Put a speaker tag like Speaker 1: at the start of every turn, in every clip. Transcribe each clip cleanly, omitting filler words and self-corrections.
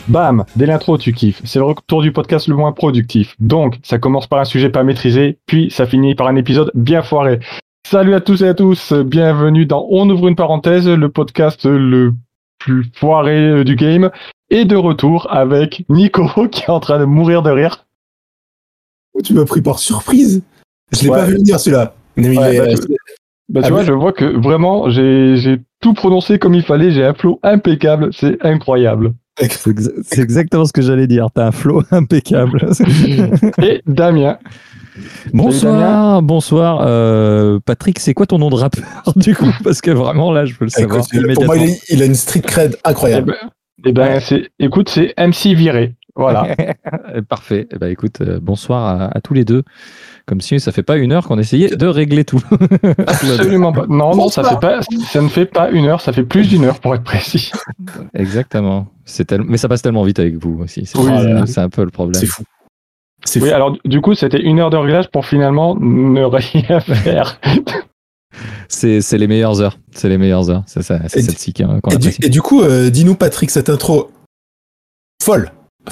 Speaker 1: Bam, dès l'intro tu kiffes. C'est le retour du podcast le moins productif. Donc, ça commence par un sujet pas maîtrisé, puis ça finit par un épisode bien foiré. Salut à tous et à tous, bienvenue dans On ouvre une parenthèse, le podcast le plus foiré du game. Et de retour avec Nico qui est en train de mourir de rire.
Speaker 2: Tu m'as pris par surprise. Je l'ai pas vu venir celui-là.
Speaker 1: Tu vois, je vois que vraiment j'ai tout prononcé comme il fallait, j'ai un flow impeccable, c'est incroyable.
Speaker 3: C'est exactement ce que j'allais dire, t'as un flow impeccable.
Speaker 1: Et Damien.
Speaker 3: Bonsoir, bonsoir. Patrick, c'est quoi ton nom de rappeur du coup? Parce que vraiment là, je veux le savoir.
Speaker 2: Pour moi, il a une street cred incroyable.
Speaker 1: Écoute, c'est MC Viré. Voilà.
Speaker 3: Parfait. Écoute, bonsoir à tous les deux. Comme si ça fait pas une heure qu'on essayait de régler tout.
Speaker 1: Absolument pas. Non, ça ne fait pas une heure, ça fait plus d'une heure pour être précis.
Speaker 3: Exactement. Mais ça passe tellement vite avec vous aussi. C'est un peu le problème.
Speaker 2: C'est fou.
Speaker 1: Oui, alors du coup, c'était une heure de réglage pour finalement ne rien faire.
Speaker 2: C'est
Speaker 3: les meilleures heures. C'est les meilleures heures. C'est ça. C'est cette cycle qu'on apprécie.
Speaker 2: Et du coup, dis-nous, Patrick, cette intro folle.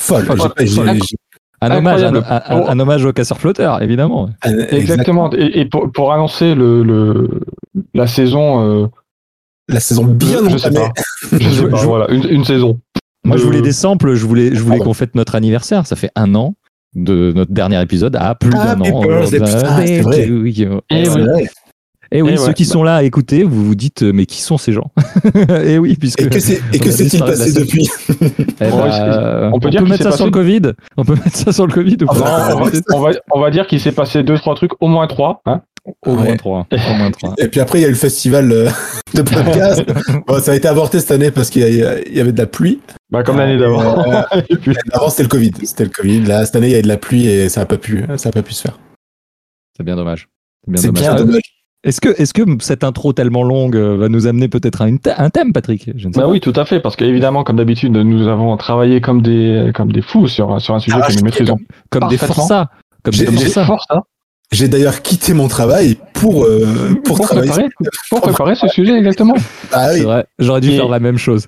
Speaker 3: Un hommage au casseur-flotteur, évidemment.
Speaker 1: Exactement. Et pour annoncer la saison.
Speaker 2: La saison bien entamée.
Speaker 1: Voilà, une saison.
Speaker 3: Moi, je voulais des samples. Je voulais qu'on fête notre anniversaire. Ça fait 1 an de notre dernier épisode à plus d'un an.
Speaker 2: C'est vrai.
Speaker 3: Et oui, ceux qui sont là à écouter, vous vous dites, mais qui sont ces gens? Et oui, puisque.
Speaker 2: Et que s'est-il passé depuis?
Speaker 3: On peut mettre ça sur le Covid. On peut mettre ça sur le Covid ou pas?
Speaker 1: On va dire qu'il s'est passé 2-3 trucs, au moins 3. Hein,
Speaker 3: au moins 3.
Speaker 2: Et puis après, il y a eu le festival de podcast. Bon, ça a été avorté cette année parce qu'il y avait de la pluie.
Speaker 1: Comme l'année d'avant.
Speaker 2: Avant, c'était le Covid. Là, cette année, il y a de la pluie et ça n'a pas pu se faire.
Speaker 3: C'est bien dommage.
Speaker 2: C'est bien dommage.
Speaker 3: Est-ce que cette intro tellement longue va nous amener peut-être à un thème, Patrick? Je ne sais pas.
Speaker 1: Oui, tout à fait, parce qu'évidemment, comme d'habitude, nous avons travaillé comme des fous sur un sujet que nous maîtrisons.
Speaker 3: Comme des forçats.
Speaker 2: J'ai d'ailleurs quitté mon travail pour
Speaker 1: préparer ce sujet, exactement.
Speaker 2: Ah oui.
Speaker 3: C'est vrai, j'aurais dû faire la même chose.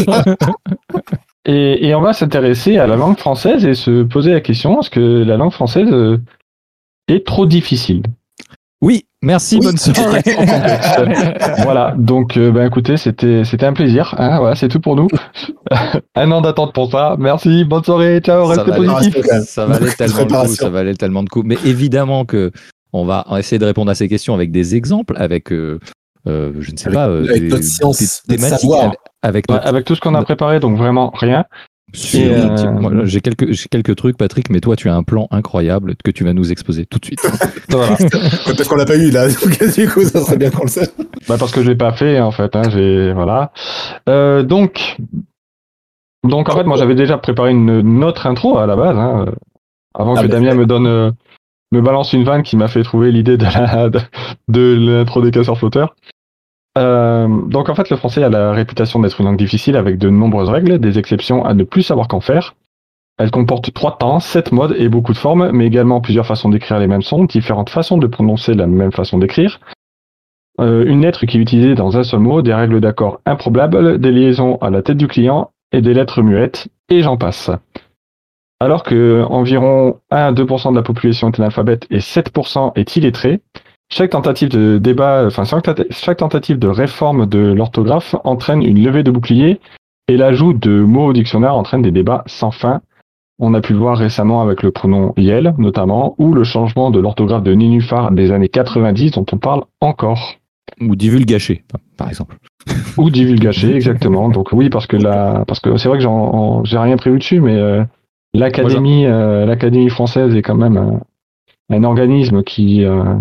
Speaker 1: Et on va s'intéresser à la langue française et se poser la question, est-ce que la langue française est trop difficile?
Speaker 3: Oui, merci, bonne soirée.
Speaker 1: Voilà, donc écoutez, c'était un plaisir. Hein, voilà, c'est tout pour nous. 1 an d'attente pour ça. Merci, bonne soirée, ciao, restez positifs.
Speaker 3: Ça valait tellement de coups. Mais évidemment que on va essayer de répondre à ces questions avec des exemples, avec je ne sais pas,
Speaker 2: avec notre science,
Speaker 3: des savoir,
Speaker 1: avec tout ce qu'on a préparé, donc vraiment rien.
Speaker 3: Moi, j'ai quelques trucs, Patrick, mais toi tu as un plan incroyable que tu vas nous exposer tout de suite.
Speaker 1: Voilà.
Speaker 2: Parce qu'on l'a pas eu là, donc du coup ça serait bien qu'on le sache.
Speaker 1: Parce que je l'ai pas fait en fait, hein, voilà. Donc en fait moi j'avais déjà préparé une autre intro à la base, hein, avant que Damien me balance une vanne qui m'a fait trouver l'idée de l'intro des casseurs flotteurs. Donc en fait, le français a la réputation d'être une langue difficile avec de nombreuses règles, des exceptions à ne plus savoir qu'en faire. Elle comporte 3 temps, 7 modes et beaucoup de formes, mais également plusieurs façons d'écrire les mêmes sons, différentes façons de prononcer la même façon d'écrire, une lettre qui est utilisée dans un seul mot, des règles d'accord improbables, des liaisons à la tête du client et des lettres muettes, et j'en passe. Alors que environ 1 à 2% de la population est analphabète et 7% est illettrée, chaque tentative de débat, chaque tentative de réforme de l'orthographe entraîne une levée de bouclier et l'ajout de mots au dictionnaire entraîne des débats sans fin. On a pu le voir récemment avec le pronom Yel, notamment, ou le changement de l'orthographe de Nénuphar des années 90 dont on parle encore.
Speaker 3: Ou divulgaché, par exemple.
Speaker 1: Ou divulgaché, exactement. Donc oui, parce que c'est vrai que j'ai rien prévu dessus, mais l'Académie française est quand même un organisme qui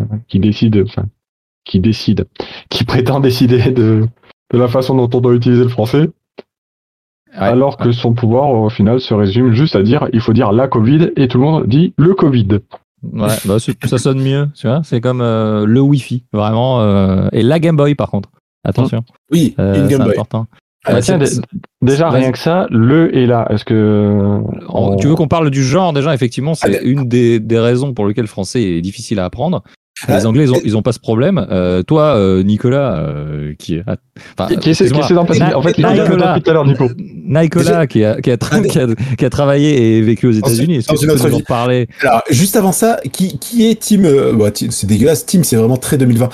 Speaker 1: prétend décider de la façon dont on doit utiliser le français, alors que son pouvoir au final se résume juste à dire il faut dire la Covid et tout le monde dit le Covid.
Speaker 3: Ouais, ça sonne mieux, tu vois, c'est comme le Wi-Fi, vraiment, et la Game Boy par contre. Attention.
Speaker 2: Oui, une Game Boy.
Speaker 3: Important.
Speaker 1: Tiens, déjà rien que ça, le et là, est-ce que
Speaker 3: tu veux qu'on parle du genre déjà? Effectivement, c'est une des raisons pour lesquelles le français est difficile à apprendre. Les Anglais, ils ont pas ce problème. Toi, Nicolas, qui
Speaker 1: essaie d'en passer. En fait,
Speaker 3: Nicolas,
Speaker 1: tout à l'heure, Nico.
Speaker 3: Nicolas qui a travaillé et vécu aux États-Unis. Est-ce que tu peux nous en parler?
Speaker 2: Alors, juste avant ça, qui est Team c'est dégueulasse. Team, c'est vraiment très 2020.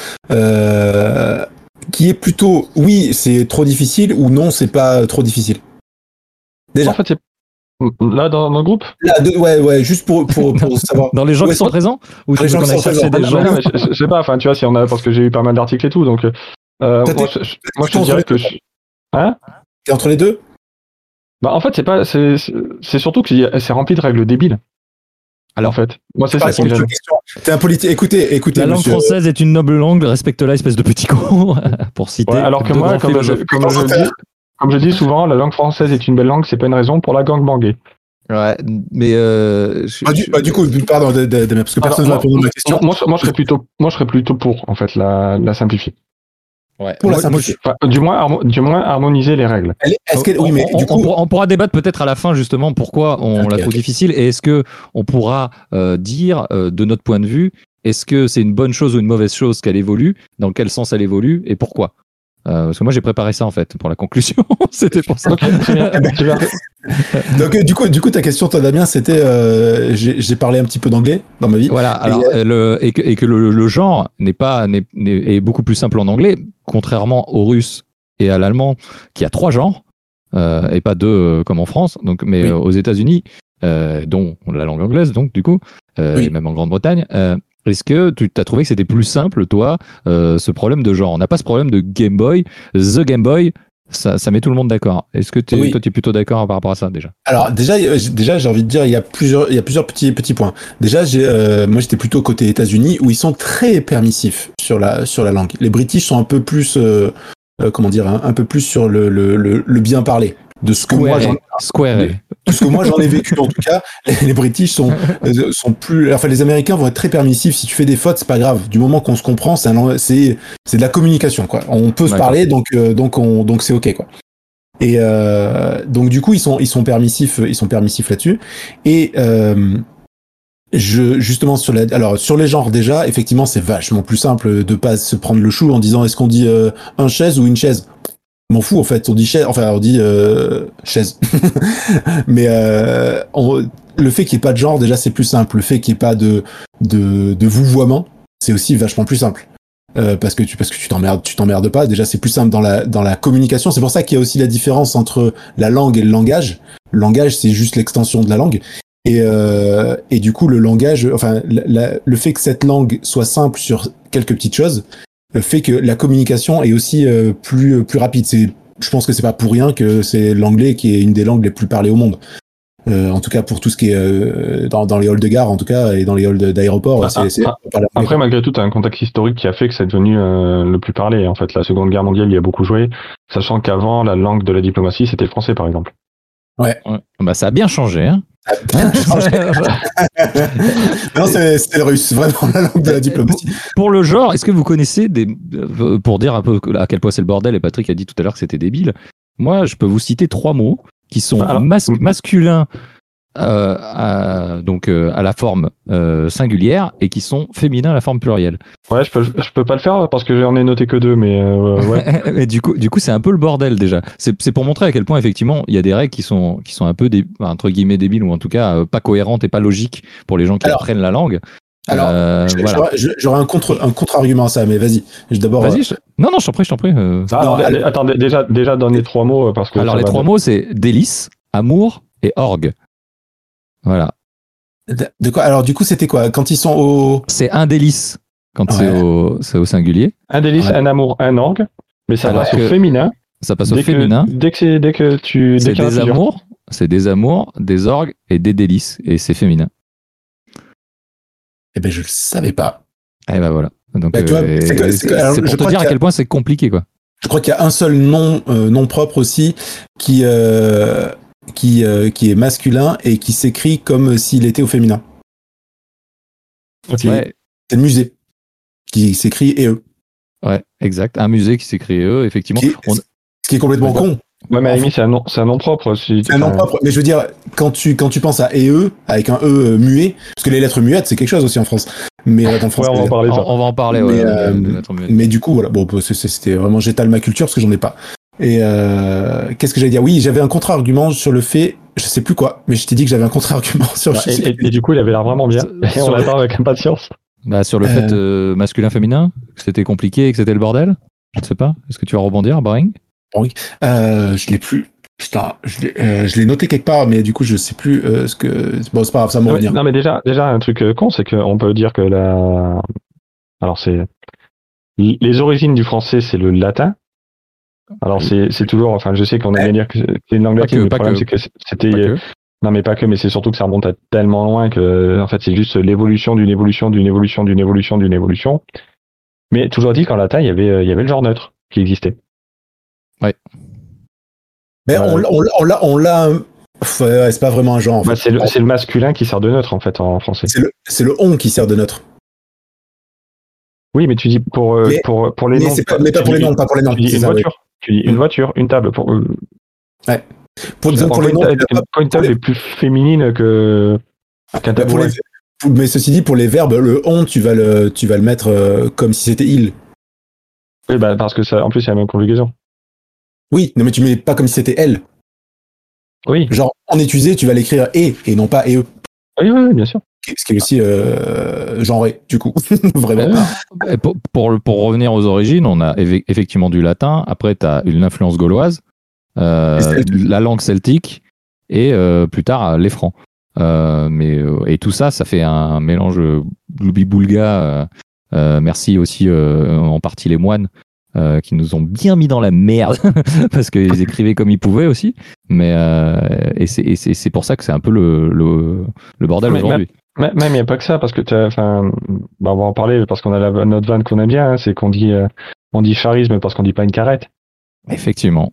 Speaker 2: Qui est plutôt, oui, c'est trop difficile, ou non, c'est pas trop difficile. Déjà.
Speaker 1: En fait, c'est là dans le groupe.
Speaker 2: Là, ouais, juste pour savoir.
Speaker 3: Dans les gens qui sont présents, ou
Speaker 2: les gens qui sont présents.
Speaker 1: Je sais pas. Enfin, tu vois, si on a, parce que j'ai eu pas mal d'articles et tout, donc moi, je te dirais que hein.
Speaker 2: T'es entre les deux?
Speaker 1: Bah, en fait, c'est surtout que c'est rempli de règles débiles. Alors, en fait, moi, c'est ça qui me gêne.
Speaker 2: T'es un politique. Écoutez.
Speaker 3: La langue française est une noble langue, respecte-la, espèce de petit con, pour citer.
Speaker 1: Ouais, alors que moi, comme je dis souvent, la langue française est une belle langue, c'est pas une raison pour la gangbanger.
Speaker 3: Ouais, mais
Speaker 2: du coup, pardon, parce que personne ne va répondre à ma question.
Speaker 1: Moi, je serais plutôt pour, en fait, la simplifier.
Speaker 3: Ouais.
Speaker 2: Pour la simplifier.
Speaker 1: Du moins harmoniser les règles.
Speaker 3: On pourra débattre peut-être à la fin justement pourquoi on la trouve difficile, et est-ce que on pourra dire de notre point de vue, est-ce que c'est une bonne chose ou une mauvaise chose qu'elle évolue, dans quel sens elle évolue et pourquoi. Parce que moi j'ai préparé ça en fait pour la conclusion. C'était pour ça.
Speaker 1: Okay, très bien.
Speaker 2: Donc du coup ta question, toi Damien, c'était j'ai parlé un petit peu d'anglais dans ma vie.
Speaker 3: Voilà. Alors et que le genre est beaucoup plus simple en anglais, contrairement au russe et à l'allemand qui a 3 genres et pas 2 comme en France. Donc mais aux États-Unis, dont la langue anglaise donc du coup et même en Grande-Bretagne. Est-ce que tu as trouvé que c'était plus simple, toi, ce problème de genre? On n'a pas ce problème de Game Boy. The Game Boy, ça met tout le monde d'accord. Est-ce que toi, tu es plutôt d'accord par rapport à ça, déjà?
Speaker 2: Alors, déjà, j'ai envie de dire, il y a plusieurs petits points. Déjà, moi, j'étais plutôt côté États-Unis, où ils sont très permissifs sur la langue. Les British sont un peu plus, un peu plus sur le bien parler. De ce que moi j'en ai vécu en tout cas, les British sont plus, enfin les Américains vont être très permissifs. Si tu fais des fautes, c'est pas grave. Du moment qu'on se comprend, c'est de la communication quoi. On peut se parler, donc c'est ok quoi. Et donc du coup ils sont permissifs là-dessus. Et justement sur les genres déjà, effectivement c'est vachement plus simple de pas se prendre le chou en disant est-ce qu'on dit un chaise ou une chaise. M'en fous en fait, on dit chaise, chaise. Mais le fait qu'il n'y ait pas de genre déjà c'est plus simple, le fait qu'il n'y ait pas de vouvoiement, c'est aussi vachement plus simple. Parce que tu t'emmerdes pas, déjà c'est plus simple dans la communication, c'est pour ça qu'il y a aussi la différence entre la langue et le langage. Le langage c'est juste l'extension de la langue et du coup le langage, enfin le fait que cette langue soit simple sur quelques petites choses fait que la communication est aussi plus rapide. Je pense que c'est pas pour rien que c'est l'anglais qui est une des langues les plus parlées au monde. En tout cas pour tout ce qui est dans les halls de gare en tout cas et dans les halls d'aéroport.
Speaker 1: Après malgré tout, t'as un contexte historique qui a fait que c'est devenu le plus parlé. En fait, la Seconde Guerre mondiale y a beaucoup joué, sachant qu'avant la langue de la diplomatie c'était le français par exemple.
Speaker 2: Ouais.
Speaker 3: Bah ça a bien changé, hein.
Speaker 2: Non, c'est le russe, vraiment la langue de la diplomatie.
Speaker 3: Pour le genre, est-ce que vous connaissez pour dire un peu à quel point c'est le bordel, et Patrick a dit tout à l'heure que c'était débile, moi je peux vous citer 3 mots qui sont masculins donc à la forme singulière et qui sont féminins à la forme plurielle.
Speaker 1: Ouais, je peux pas le faire parce que j'en ai noté que 2, mais ouais.
Speaker 3: Mais du coup c'est un peu le bordel déjà. C'est pour montrer à quel point effectivement il y a des règles qui sont un peu entre guillemets débiles, ou en tout cas pas cohérentes et pas logiques pour les gens qui apprennent la langue.
Speaker 2: Alors, j'aurais un contre-argument à ça, mais vas-y.
Speaker 3: Non, je t'en prie.
Speaker 1: Attends, déjà donne les 3 mots parce que.
Speaker 3: Alors les 3 mots c'est délice, amour et orgue. Voilà.
Speaker 2: De quoi? Alors du coup c'était quoi quand ils sont au?
Speaker 3: C'est un délice quand c'est au singulier.
Speaker 1: Un délice, un amour, un orgue. Mais ça passe au féminin.
Speaker 3: Ça passe au féminin.
Speaker 1: Dès que tu.
Speaker 3: C'est des amours. C'est des amours, des orgues et des délices, et c'est féminin.
Speaker 2: Eh ben je le savais pas.
Speaker 3: Eh ben voilà. Donc c'est pour te dire à quel point c'est compliqué quoi.
Speaker 2: Je crois qu'il y a un seul nom propre aussi qui est masculin et qui s'écrit comme s'il était au féminin.
Speaker 3: Ouais.
Speaker 2: C'est le musée qui s'écrit EE.
Speaker 3: Ouais, exact. Un musée qui s'écrit EE, effectivement.
Speaker 2: Ce qui est complètement con.
Speaker 1: Ouais, mais à la limite, c'est un nom propre.
Speaker 2: C'est un nom propre, mais je veux dire, quand tu penses à EE, avec un E muet, parce que les lettres muettes, c'est quelque chose aussi en France. Mais dans le français,
Speaker 1: on va en parler, ça.
Speaker 3: On va en parler,
Speaker 2: mais,
Speaker 3: ouais.
Speaker 2: Mais du coup, voilà, bon, c'était vraiment, j'étale ma culture parce que j'en ai pas. Et qu'est-ce que j'allais dire? Oui, j'avais un contre-argument sur le fait, je sais plus quoi, mais je t'ai dit que j'avais un contre-argument sur
Speaker 1: et du coup, il avait l'air vraiment bien. Et on l'attend avec impatience.
Speaker 3: Bah, sur le fait masculin-féminin, que c'était compliqué et que c'était le bordel. Je ne sais pas. Est-ce que tu vas rebondir, Boring?
Speaker 2: Je l'ai plus. Putain, je l'ai noté quelque part, mais du coup, je sais plus ce que. Bon, c'est pas grave, ça m'en revient.
Speaker 1: Non, mais déjà, un truc con, c'est qu'on peut dire que alors, c'est. Les origines du français, c'est le latin. Alors, c'est toujours. Enfin, je sais qu'on aime bien dire que c'est une langue latine, mais le problème, c'est que c'était. Non, mais pas que, mais c'est surtout que ça remonte à tellement loin que, en fait, c'est juste l'évolution d'une évolution d'une évolution d'une évolution d'une évolution. Mais toujours dit qu'en latin, il y avait le genre neutre qui existait.
Speaker 3: Ouais.
Speaker 2: Mais on l'a. C'est pas vraiment un genre. En fait.
Speaker 1: C'est le masculin qui sert de neutre en fait en français.
Speaker 2: C'est le on qui sert de neutre.
Speaker 1: Oui, mais tu dis pour les noms.
Speaker 2: Mais pas pour les noms, pas pour les noms.
Speaker 1: Tu dis une voiture. Tu dis une voiture, une table.
Speaker 2: Ouais. Pour les noms.
Speaker 1: Une table est plus féminine qu'un tabouret.
Speaker 2: Mais ceci dit, pour les verbes, le on, tu vas le mettre comme si c'était il.
Speaker 1: Oui, bah parce que ça, en plus, il y a la même conjugaison.
Speaker 2: Oui, non, mais tu mets pas comme si c'était elle.
Speaker 1: Oui.
Speaker 2: Genre, en étuisé, tu vas l'écrire et non pas e.
Speaker 1: Oui, bien sûr.
Speaker 2: Ce qui est aussi genré, du coup. Vraiment.
Speaker 3: Pour revenir aux origines, on a effectivement du latin. Après, tu as une influence gauloise, la langue celtique et plus tard les francs. Et tout ça, ça fait un mélange gloubi-boulga. Merci aussi en partie les moines qui nous ont bien mis dans la merde parce qu'ils écrivaient comme ils pouvaient aussi. Mais c'est pour ça que c'est un peu le bordel aujourd'hui.
Speaker 1: Même il n'y a pas que ça parce que on va en parler parce qu'on a notre vanne qu'on aime bien, c'est qu'on dit charisme parce qu'on dit pas une carrette.
Speaker 3: Effectivement.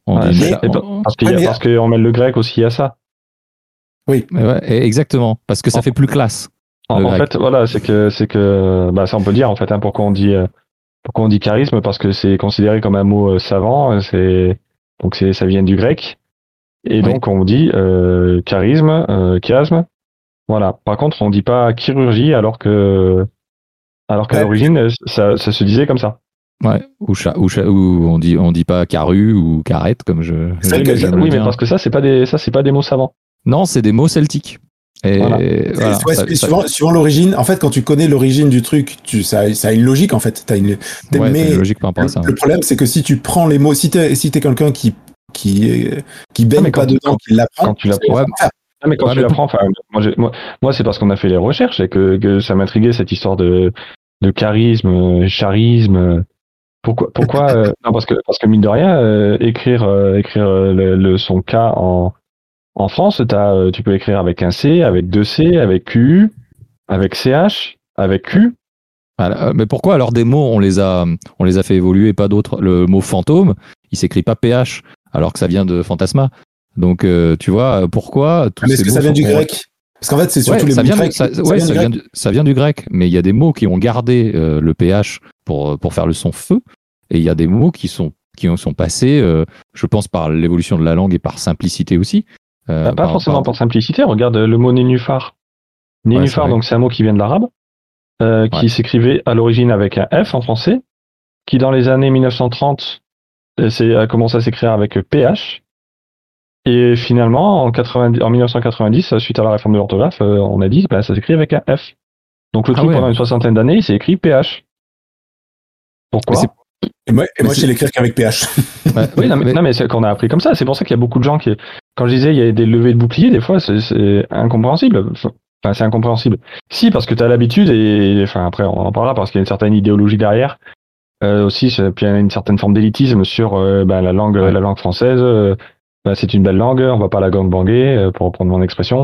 Speaker 1: Parce qu'on mêle le grec aussi à ça.
Speaker 2: Oui.
Speaker 3: Exactement. Parce que ça fait plus classe.
Speaker 1: En fait, voilà, c'est que ça on peut dire en fait pourquoi on dit charisme parce que c'est considéré comme un mot savant, ça vient du grec et donc on dit charisme, chiasme. Voilà. Par contre, on dit pas chirurgie alors qu'à l'origine ça se disait comme ça.
Speaker 3: Ouais, ou on dit pas carru ou carrette comme
Speaker 1: mais parce que ça c'est pas des mots savants.
Speaker 3: Non, c'est des mots celtiques. Et
Speaker 2: suivant l'origine, en fait, quand tu connais l'origine du truc, ça a une logique en fait.
Speaker 3: Mais une logique par rapport à ça.
Speaker 2: Le problème, c'est que si tu prends les mots, si t'es quelqu'un qui baigne pas dedans, qui l'apprend.
Speaker 1: Quand tu l'apprends. Mais quand tu l'apprends, moi c'est parce qu'on a fait les recherches et que ça m'intriguait cette histoire de charisme, charisme. Pourquoi non, parce que mine de rien, écrire son K en France, tu peux écrire avec un C, avec deux C, avec Q, avec CH, avec Q.
Speaker 3: Mais pourquoi alors des mots on les a fait évoluer, pas d'autres? Le mot fantôme, il s'écrit pas PH alors que ça vient de fantasma. Donc tu vois pourquoi tous ces mots
Speaker 2: ça vient du grec. Parce qu'en fait c'est surtout les mots grecs.
Speaker 3: Ça vient du grec, mais il y a des mots qui ont gardé le PH pour faire le son feu, et il y a des mots qui sont passés, je pense par l'évolution de la langue et par simplicité aussi.
Speaker 1: Pas forcément par simplicité. Regarde le mot nénuphar. Nénuphar, donc c'est un mot qui vient de l'arabe, qui s'écrivait à l'origine avec un F en français, qui dans les années 1930 a commencé à s'écrire avec PH. Et finalement, en 1990, suite à la réforme de l'orthographe, on a dit ça s'écrit avec un F. Donc le truc pendant une soixantaine d'années, il s'est écrit PH. Pourquoi?
Speaker 2: Et moi, je sais l'écrire qu'avec PH.
Speaker 1: Oui, non, mais c'est qu'on a appris comme ça. C'est pour ça qu'il y a beaucoup de gens qui, quand je disais il y a des levées de boucliers, des fois c'est incompréhensible. Enfin, c'est incompréhensible. Si, parce que tu as l'habitude et après on en parlera parce qu'il y a une certaine idéologie derrière. Aussi, puis il y a une certaine forme d'élitisme sur la langue française. C'est une belle langue, on va pas la gangbanger, pour reprendre mon expression.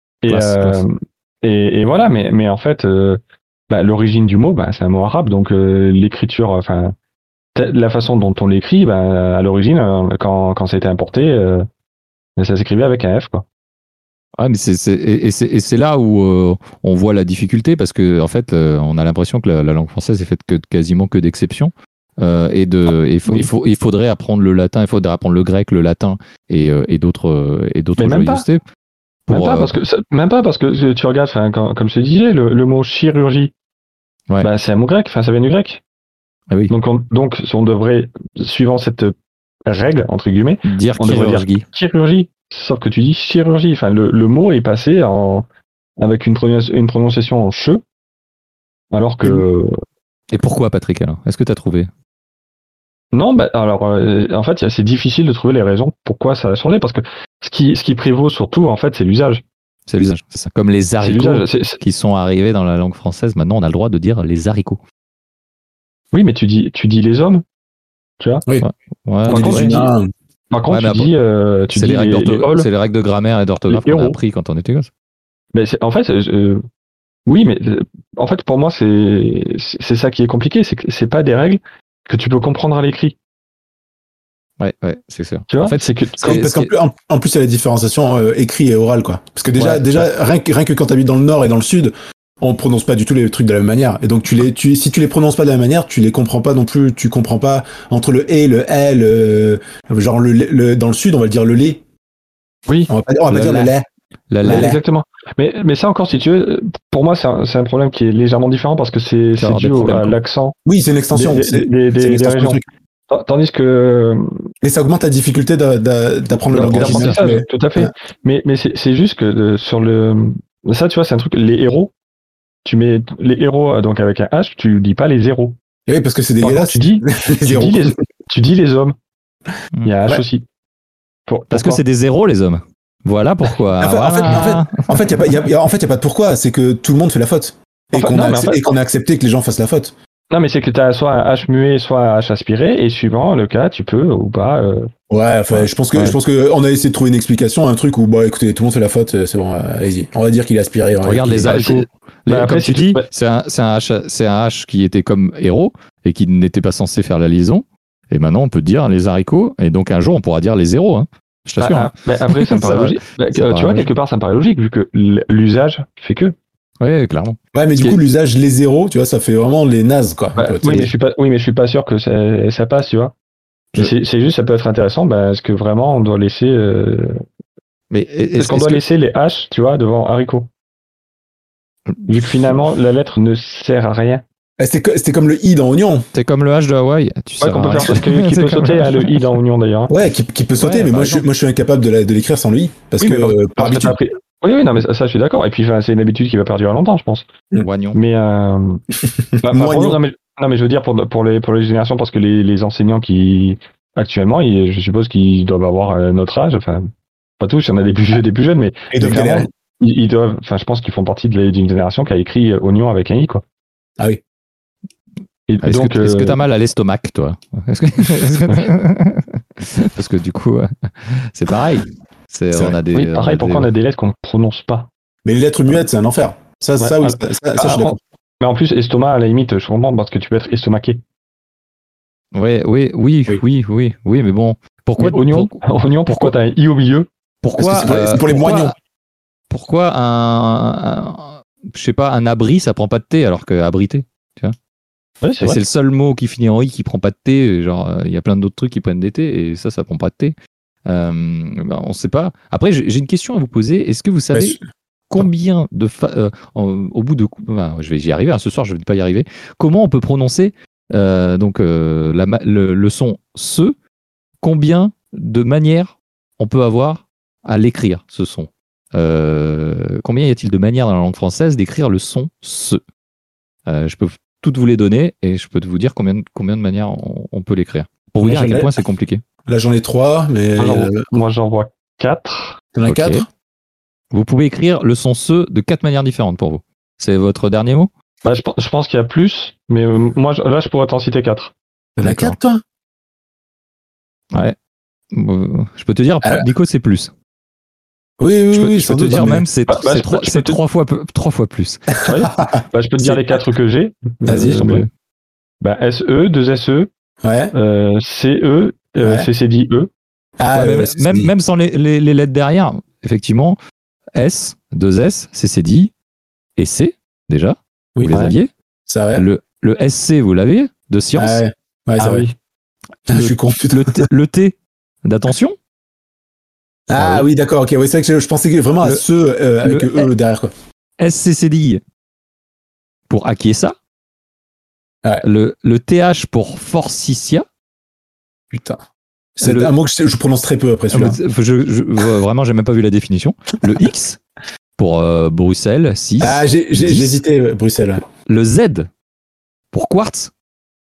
Speaker 1: Et voilà, mais en fait, l'origine du mot, c'est un mot arabe, donc l'écriture, la façon dont on l'écrit, à l'origine, quand ça a été importé, ça s'écrivait avec un F, quoi.
Speaker 3: Ah, mais c'est là où on voit la difficulté parce que en fait, on a l'impression que la langue française est faite quasiment que d'exceptions. Il faudrait apprendre le latin, il faudrait apprendre le grec, le latin et d'autres joyeusetés.
Speaker 1: Même pas parce que tu regardes, comme je te disais, le mot chirurgie, c'est un mot grec, ça vient du grec.
Speaker 3: Ah oui.
Speaker 1: Donc on devrait, suivant cette règle, entre guillemets,
Speaker 3: dire
Speaker 1: chirurgie. Sauf que tu dis chirurgie. Le mot est passé avec une prononciation en che, alors que.
Speaker 3: Et pourquoi, Patrick, alors ? Est-ce que tu as trouvé ?
Speaker 1: Non, en fait, c'est difficile de trouver les raisons pourquoi ça a changé, parce que ce qui prévaut surtout, en fait, c'est l'usage.
Speaker 3: C'est l'usage, c'est ça. Comme les haricots qui sont arrivés dans la langue française, maintenant on a le droit de dire les haricots.
Speaker 1: Oui, mais tu dis les hommes, tu vois.
Speaker 2: Oui.
Speaker 1: Par contre, tu dis
Speaker 3: c'est les règles de grammaire et d'orthographe qu'on a appris quand on était gosse.
Speaker 1: Mais oui, mais en fait, pour moi, c'est ça qui est compliqué, c'est que c'est pas des règles que tu peux comprendre à l'écrit.
Speaker 3: Ouais, c'est sûr.
Speaker 1: Tu vois,
Speaker 2: en fait, parce qu'en plus, il y a la différenciation écrit et oral, quoi. Parce que déjà, rien que quand tu habites dans le nord et dans le sud, on prononce pas du tout les trucs de la même manière. Et donc, si tu les prononces pas de la même manière, tu les comprends pas non plus. Tu comprends pas entre le et, le l, genre dans le sud, on va le dire le lait.
Speaker 1: Oui.
Speaker 2: On va pas dire le lait.
Speaker 1: Exactement. Mais ça encore, si tu veux, pour moi, c'est un problème qui est légèrement différent parce que c'est dû à l'accent.
Speaker 2: Oui, c'est une extension
Speaker 1: des régions. Tandis que.
Speaker 2: Et ça augmente la difficulté d'apprendre le langage.
Speaker 1: Tout à fait. Ouais. Mais c'est juste que sur ça, tu vois, c'est un truc. Les héros, tu mets les héros donc avec un H, tu dis pas les zéros.
Speaker 2: Et oui, parce que c'est dégueulasse.
Speaker 1: Tu dis les hommes. Il y a H aussi.
Speaker 3: Parce que c'est des zéros, les hommes. Voilà pourquoi.
Speaker 2: En fait, il y a pas de pourquoi. C'est que tout le monde fait la faute. Et qu'on a accepté que les gens fassent la faute.
Speaker 1: Non, mais c'est que tu as soit un H muet, soit un H aspiré, et suivant le cas, tu peux ou pas.
Speaker 2: Je pense que on a essayé de trouver une explication, un truc où, écoutez, tout le monde fait la faute, c'est bon, allez-y. On va dire qu'il est aspiré.
Speaker 3: Regarde les haricots. Comme tu dis, c'est un H qui était comme héros et qui n'était pas censé faire la liaison. Et maintenant, on peut dire les haricots, et donc un jour, on pourra dire les zéros. Hein. Je t'assure.
Speaker 1: Après, ça me paraît logique. Tu vois, quelque part, ça me paraît logique, vu que l'usage fait que.
Speaker 3: Oui, clairement.
Speaker 2: Ouais, mais du coup, l'usage les zéros, tu vois, ça fait vraiment les nazes, quoi.
Speaker 1: Oui, mais je suis pas sûr que ça passe, tu vois. C'est juste, ça peut être intéressant, est-ce que vraiment on doit laisser. Est-ce qu'on doit laisser les H, tu vois, devant haricot? Vu que finalement, la lettre ne sert à rien.
Speaker 2: C'était comme le I dans oignon.
Speaker 3: C'est comme le H de Hawaï.
Speaker 1: Qu'on peut faire qui peut sauter, le I dans oignon d'ailleurs.
Speaker 2: Ouais, qui peut sauter, mais moi je suis incapable de l'écrire sans le I. Parce que par habitude.
Speaker 1: Oui, non, mais ça, je suis d'accord. Et puis, c'est une habitude qui va perdurer longtemps, je pense.
Speaker 3: Oignon.
Speaker 1: Mais, non, mais je veux dire pour les générations, parce que les enseignants qui, actuellement, je suppose qu'ils doivent avoir notre âge. Enfin, pas tous, il y en a des plus vieux, des plus jeunes, mais ils doivent, je pense qu'ils font partie d'une génération qui a écrit oignon avec un I, quoi.
Speaker 2: Ah oui.
Speaker 3: Est-ce que t'as mal à l'estomac, toi? Parce que du coup, c'est pareil.
Speaker 1: Pourquoi on a des lettres qu'on ne prononce pas?
Speaker 2: Mais les lettres muettes, c'est un enfer. Ça, je suis d'accord.
Speaker 1: Mais en plus, estomac, à la limite, je comprends parce que tu peux être estomaqué.
Speaker 3: Oui, mais bon. Pourquoi
Speaker 1: oignon, pourquoi t'as un I au milieu?
Speaker 3: Pourquoi
Speaker 2: c'est pour les moignons.
Speaker 3: Pourquoi je sais pas, un abri, ça prend pas de T alors que abrité, tu vois? Ouais, c'est le seul mot qui finit en I qui prend pas de T. Genre, il y a plein d'autres trucs qui prennent des T et ça prend pas de T. On sait pas. Après, j'ai une question à vous poser. Est-ce que vous savez combien de au bout de j'y arriver. Ce soir, je vais pas y arriver. Comment on peut prononcer le son se? Combien de manières on peut avoir à l'écrire ce son? Combien y a-t-il de manières dans la langue française d'écrire le son se? Je peux toutes vous les donner et je peux vous dire combien de manières on peut l'écrire. Pour vous dire à quel point c'est compliqué.
Speaker 2: Là, j'en ai 3, mais...
Speaker 1: moi, j'en vois 4.
Speaker 2: T'en as 4 ?
Speaker 3: Vous pouvez écrire le son se de 4 manières différentes pour vous. C'est votre dernier mot ?
Speaker 1: Je pense qu'il y a plus, mais moi, là, je pourrais t'en citer 4.
Speaker 2: T'en as 4, toi ?
Speaker 3: Ouais. Je peux te dire, Nico, c'est plus.
Speaker 2: Oui,
Speaker 3: je peux te dire même, c'est 3 fois plus.
Speaker 1: Je peux te dire les 4 que j'ai.
Speaker 2: Vas-y, j'en veux.
Speaker 1: SE, 2 SE, CE, CCDI E.
Speaker 3: Même sans les lettres derrière, effectivement, S, 2 S, CCDI et C, déjà. Vous les aviez.
Speaker 2: Ça, ouais.
Speaker 3: Le SC, vous l'avez, de science.
Speaker 2: Ouais, c'est vrai.
Speaker 1: oui.
Speaker 2: Je suis con.
Speaker 3: Le T d'attention.
Speaker 2: Ah oui, d'accord, ok. Ouais, c'est vrai que je pensais vraiment à ceux avec eux derrière, quoi.
Speaker 3: SCCDI pour Aquiesa.
Speaker 2: Ouais.
Speaker 3: Le TH pour Forsythia.
Speaker 2: Putain. C'est un mot que je prononce très peu après celui-là.
Speaker 3: Vraiment, j'ai même pas vu la définition. Le X pour Bruxelles 6.
Speaker 2: Ah, j'ai hésité, Bruxelles. Ouais.
Speaker 3: Le Z pour Quartz.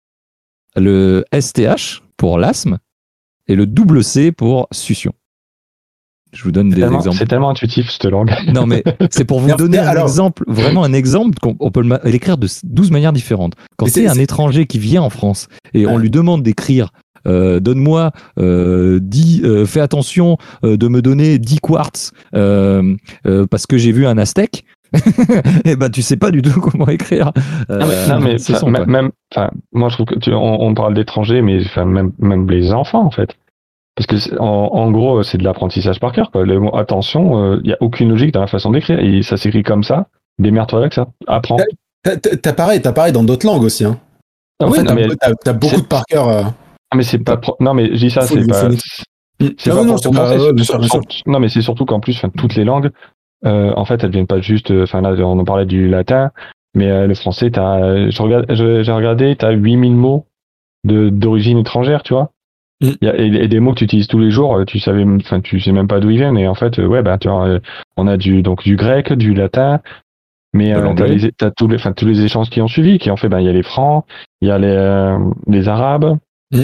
Speaker 3: Le STH pour l'asthme. Et le double C pour Succion. Je vous donne des exemples.
Speaker 1: C'est tellement intuitif, cette langue.
Speaker 3: Non, mais c'est pour vous donner un exemple, vraiment un exemple, qu'on peut l'écrire de 12 manières différentes. Quand c'est un étranger qui vient en France et on lui demande d'écrire donne-moi 10, fais attention de me donner 10 quartz parce que j'ai vu un aztèque, et ben tu sais pas du tout comment écrire.
Speaker 1: Non mais moi je trouve que on parle d'étrangers, mais même les enfants en fait. Parce que en gros, c'est de l'apprentissage par cœur. Le mot attention, il y a aucune logique dans la façon d'écrire. Et ça s'écrit comme ça. Démerde-toi avec ça. Apprends.
Speaker 2: T'as pareil dans d'autres langues aussi. Hein.
Speaker 1: Ah oui,
Speaker 2: t'as beaucoup de par cœur.
Speaker 1: Ah mais c'est pas. Non mais je dis ça, c'est pas. C'est pas pour toi. Non mais c'est surtout qu'en plus, toutes les langues, en fait, elles viennent pas juste. Enfin là, on en parlait du latin, mais le français, j'ai regardé, t'as 8000 mots d'origine étrangère, tu vois. Il y a des mots que tu utilises tous les jours, tu sais même pas d'où ils viennent, et en fait, tu vois, on a du grec, du latin, mais t'as tous les échanges qui ont suivi, qui ont fait, il y a les francs, il y a les arabes,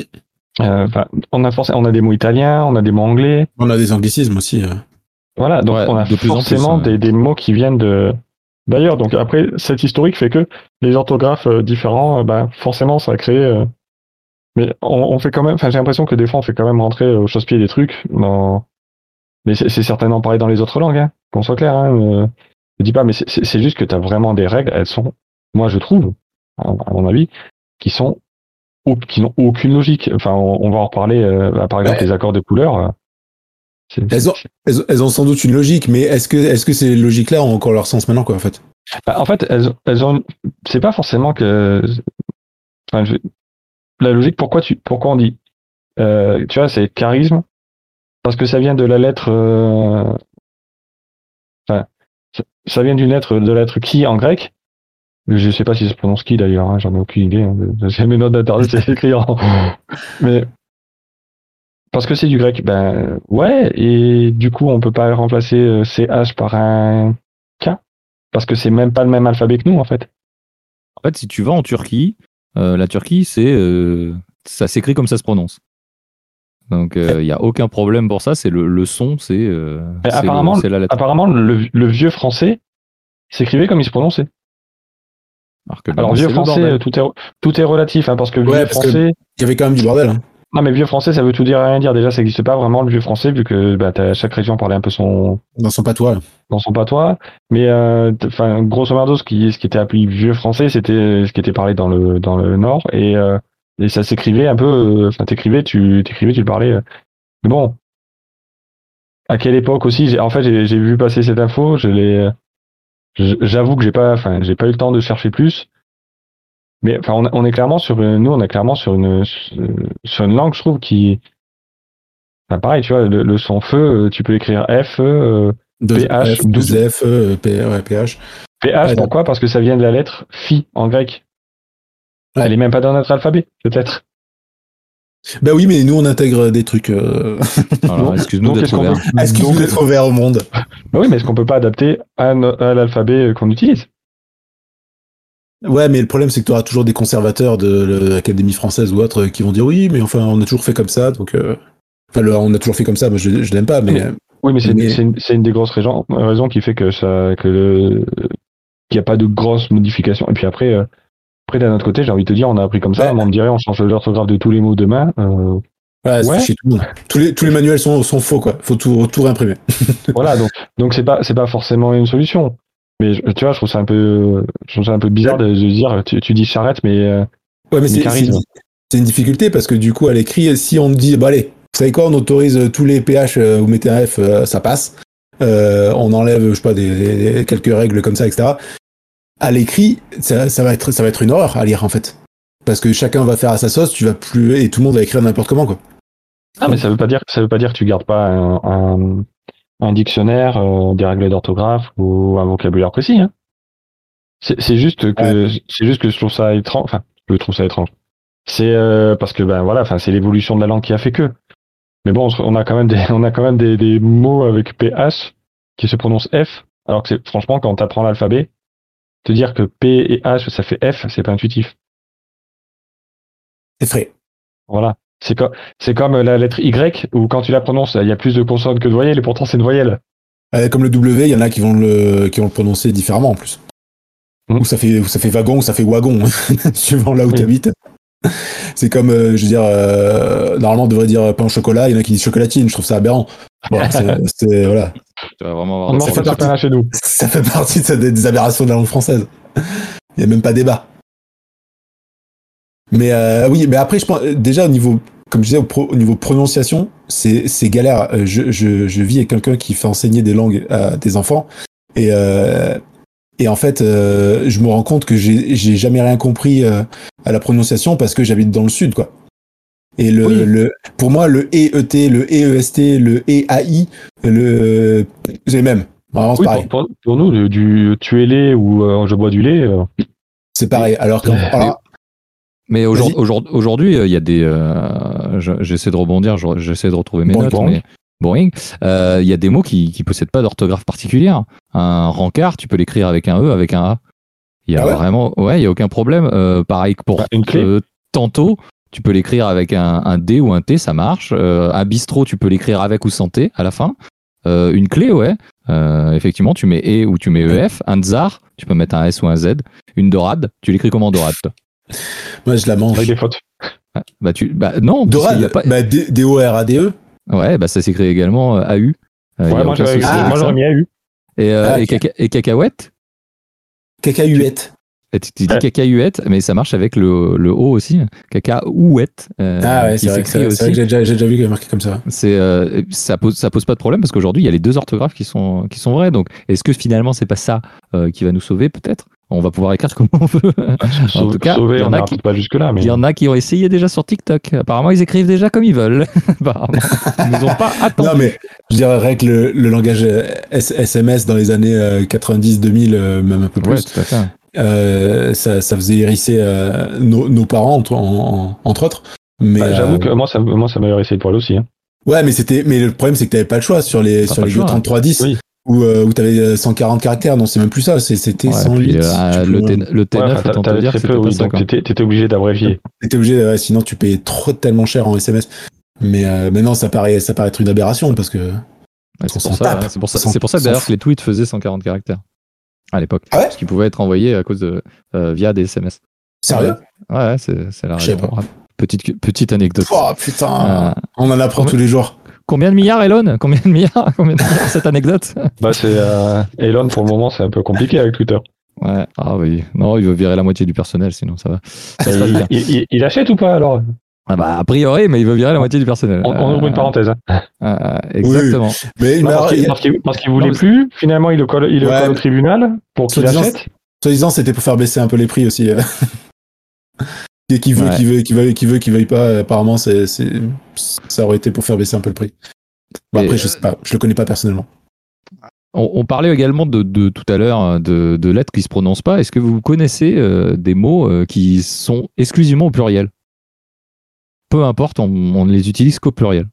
Speaker 1: on a des mots italiens, on a des mots anglais.
Speaker 2: On a des anglicismes aussi.
Speaker 1: Voilà, donc on a forcément des mots qui viennent d'ailleurs, donc après, cette historique fait que les orthographes différents, forcément, ça a créé, mais on fait quand même, j'ai l'impression que des fois on fait quand même rentrer au chausse-pied des trucs mais c'est certainement pareil dans les autres langues, hein, qu'on soit clair, hein. Je dis pas, mais c'est juste que t'as vraiment des règles, elles sont, moi je trouve, à mon avis, qui n'ont aucune logique. Enfin, on va en reparler, par exemple, les accords de couleurs.
Speaker 2: Elles ont sans doute une logique, mais est-ce que ces logiques-là ont encore leur sens maintenant, quoi, en fait?
Speaker 1: En fait, elles ont, c'est pas forcément que, la logique, pourquoi on dit, tu vois, c'est charisme, parce que ça vient de la lettre, ça vient d'une lettre, de la lettre qui en grec. Je sais pas si ça se prononce qui d'ailleurs, hein, j'en ai aucune idée. Hein, j'ai mes notes d'internet, c'est écrit mais parce que c'est du grec, ouais, et du coup on peut pas remplacer CH par un K, parce que c'est même pas le même alphabet que nous en fait.
Speaker 3: En fait, si tu vas en Turquie, la Turquie, ça s'écrit comme ça se prononce. Donc il y a aucun problème pour ça. C'est le son,
Speaker 1: apparemment,
Speaker 3: c'est la lettre.
Speaker 1: Apparemment, le vieux français s'écrivait comme il se prononçait. Alors vieux français, tout est relatif, hein, parce que vieux français,
Speaker 2: il y avait quand même du bordel. Hein.
Speaker 1: Non mais vieux français, ça veut tout dire et rien dire. Déjà, ça n'existe pas vraiment le vieux français, vu que chaque région parlait un peu
Speaker 2: dans son patois.
Speaker 1: Dans son patois. Mais grosso merdo, ce qui était appelé vieux français, c'était ce qui était parlé dans le nord, et ça s'écrivait un peu. T'écrivais, tu le parlais. Mais bon, à quelle époque aussi j'ai vu passer cette info. J'avoue que j'ai pas eu le temps de chercher plus. Mais on est clairement sur une langue, je trouve, qui, pareil, tu vois, le son feu, tu peux écrire F, PH,
Speaker 2: F, PH.
Speaker 1: PH, pourquoi? Parce que ça vient de la lettre phi en grec. Ouais. Elle est même pas dans notre alphabet, peut-être.
Speaker 2: Bah oui, mais nous on intègre des trucs.
Speaker 3: Alors, excuse-nous d'être ouvert.
Speaker 2: Excuse-nous d'être ouvert au monde.
Speaker 1: Bah oui, mais est-ce qu'on peut pas adapter à l'alphabet qu'on utilise?
Speaker 2: Ouais, mais le problème, c'est que tu auras toujours des conservateurs de l'Académie française ou autres qui vont dire oui, mais enfin, on a toujours fait comme ça, donc. On a toujours fait comme ça, moi je l'aime pas, mais.
Speaker 1: Oui, mais c'est une des grosses raisons qui fait qu'il n'y a pas de grosses modifications. Et puis après, d'un autre côté, j'ai envie de te dire, on a appris comme ça, on me dirait, on change l'orthographe de tous les mots demain.
Speaker 2: Ouais. Chez tout le monde. Tous les manuels sont faux, quoi. Faut tout réimprimer.
Speaker 1: Voilà, donc c'est pas forcément une solution. Mais tu vois, je trouve ça un peu bizarre de dire, tu dis charrette, mais.
Speaker 2: Ouais, mais c'est une difficulté parce que du coup, à l'écrit, si on me dit, allez, vous savez quoi, on autorise tous les PH, vous mettez un F, ça passe. On enlève, je sais pas, quelques règles comme ça, etc. À l'écrit, ça va être une horreur à lire, en fait. Parce que chacun va faire à sa sauce, tu vas plus et tout le monde va écrire n'importe comment quoi.
Speaker 1: Ah, mais ça veut pas dire que tu gardes pas un dictionnaire, des règles d'orthographe ou un vocabulaire précis. Hein. C'est juste que je trouve ça étrange. Enfin, je trouve ça étrange. C'est parce que c'est l'évolution de la langue qui a fait que. Mais bon, on a quand même des mots avec PH qui se prononcent F, alors que franchement quand t'apprends l'alphabet, te dire que P et H ça fait F, c'est pas intuitif.
Speaker 2: C'est frais.
Speaker 1: Voilà. C'est comme la lettre Y, où quand tu la prononces, il y a plus de consonnes que de voyelles, et pourtant c'est une voyelle.
Speaker 2: Comme le W, il y en a qui vont le prononcer différemment en plus. Ou ça fait wagon, ou ça fait wagon, suivant là où tu habites. C'est comme, normalement on devrait dire pain au chocolat, il y en a qui disent chocolatine, je trouve ça aberrant. Voilà, voilà.
Speaker 3: Tu vas vraiment avoir
Speaker 2: ça fait partie des aberrations de la langue française. Il n'y a même pas débat. Mais mais après, je pense, déjà au niveau, comme je disais, au niveau prononciation, c'est galère. Je vis avec quelqu'un qui fait enseigner des langues à des enfants, et en fait, je me rends compte que j'ai jamais rien compris à la prononciation parce que j'habite dans le sud, quoi. Et pour moi, le EET, le EEST, le EAI, j'ai même. Vraiment, c'est pareil.
Speaker 1: Pour nous, du tuer ou je bois du lait.
Speaker 2: C'est pareil. Alors que.
Speaker 3: Mais aujourd'hui, il y a des. J'essaie de rebondir, j'essaie de retrouver mes notes. Mais boring. Il y a des mots qui possèdent pas d'orthographe particulière. Un rencard, tu peux l'écrire avec un E, avec un A. Il y a vraiment. Ouais, il y a aucun problème. Pareil que pour
Speaker 1: une clé.
Speaker 3: Tantôt, tu peux l'écrire avec un D ou un T, ça marche. Un bistrot, tu peux l'écrire avec ou sans T à la fin. Une clé, ouais. Effectivement, tu mets E ou tu mets EF. Un tsar, tu peux mettre un S ou un Z. Une dorade, tu l'écris comment dorade, toi?
Speaker 2: Moi, je la mange.
Speaker 1: Avec des fautes.
Speaker 3: Non.
Speaker 2: Dorade, y a pas... D-O-R-A-D-E.
Speaker 3: Ouais, ça s'écrit également AU.
Speaker 1: Ouais, moi j'aurais mis AU.
Speaker 3: Et cacahuète?
Speaker 2: Cacahuète.
Speaker 3: Tu dis cacahuète, mais ça marche avec le O aussi. Cacahuète.
Speaker 2: Ouais, c'est vrai que j'ai déjà vu qu'il y a marqué comme ça.
Speaker 3: Ça pose pas de problème parce qu'aujourd'hui, il y a les deux orthographes qui sont vraies. Donc, est-ce que finalement, c'est pas ça qui va nous sauver, peut-être? On va pouvoir écrire comme on veut. En tout cas,
Speaker 1: sauver, pas jusque-là. Mais...
Speaker 3: Il y en a qui ont essayé déjà sur TikTok. Apparemment, ils écrivent déjà comme ils veulent. Apparemment, ils nous ont pas attendu.
Speaker 2: Non, mais je dirais que le langage SMS dans les années 90-2000, même un peu plus.
Speaker 3: Ouais, tout à fait.
Speaker 2: Ça faisait hérisser nos parents entre autres. Mais
Speaker 1: j'avoue que moi ça m'a hérissé le poil aussi. Hein.
Speaker 2: Ouais, mais le problème c'est que t'avais pas le choix sur les 3310
Speaker 1: oui.
Speaker 2: où t'avais 140 caractères. Non, c'est même plus ça. C'était 108.
Speaker 3: Le T9, autant te dire que c'était pas ça.
Speaker 1: Donc t'étais obligé d'abrévier.
Speaker 2: T'étais obligé, sinon tu payais tellement cher en SMS. Mais non, ça paraît être une aberration parce que.
Speaker 3: C'est pour ça d'ailleurs que les tweets faisaient 140 caractères. À l'époque.
Speaker 2: Ah ouais,
Speaker 3: parce qu'ils pouvaient être envoyés à cause de via des SMS.
Speaker 2: Sérieux?
Speaker 3: Ouais, c'est la raison. Petite anecdote.
Speaker 2: Oh putain, on en apprend tous les jours.
Speaker 3: Combien de milliards, Elon? Combien de milliards cette anecdote?
Speaker 1: C'est Elon pour le moment, c'est un peu compliqué avec Twitter.
Speaker 3: Ouais, ah oui. Non, il veut virer la moitié du personnel, sinon ça va.
Speaker 1: Il achète ou pas alors?
Speaker 3: A priori, mais il veut virer la moitié du personnel.
Speaker 1: On ouvre une parenthèse.
Speaker 2: Oui,
Speaker 3: Exactement.
Speaker 2: mais
Speaker 1: parce qu'il voulait plus. Finalement, il le colle au tribunal pour qu'il achète.
Speaker 2: Soi-disant, c'était pour faire baisser un peu les prix aussi. Et qui veuille pas. Apparemment, ça aurait été pour faire baisser un peu le prix. Bon, après, je sais pas. Je le connais pas personnellement.
Speaker 3: On parlait également de tout à l'heure de lettres qui se prononcent pas. Est-ce que vous connaissez des mots qui sont exclusivement au pluriel? Peu importe, on ne les utilise qu'au pluriel.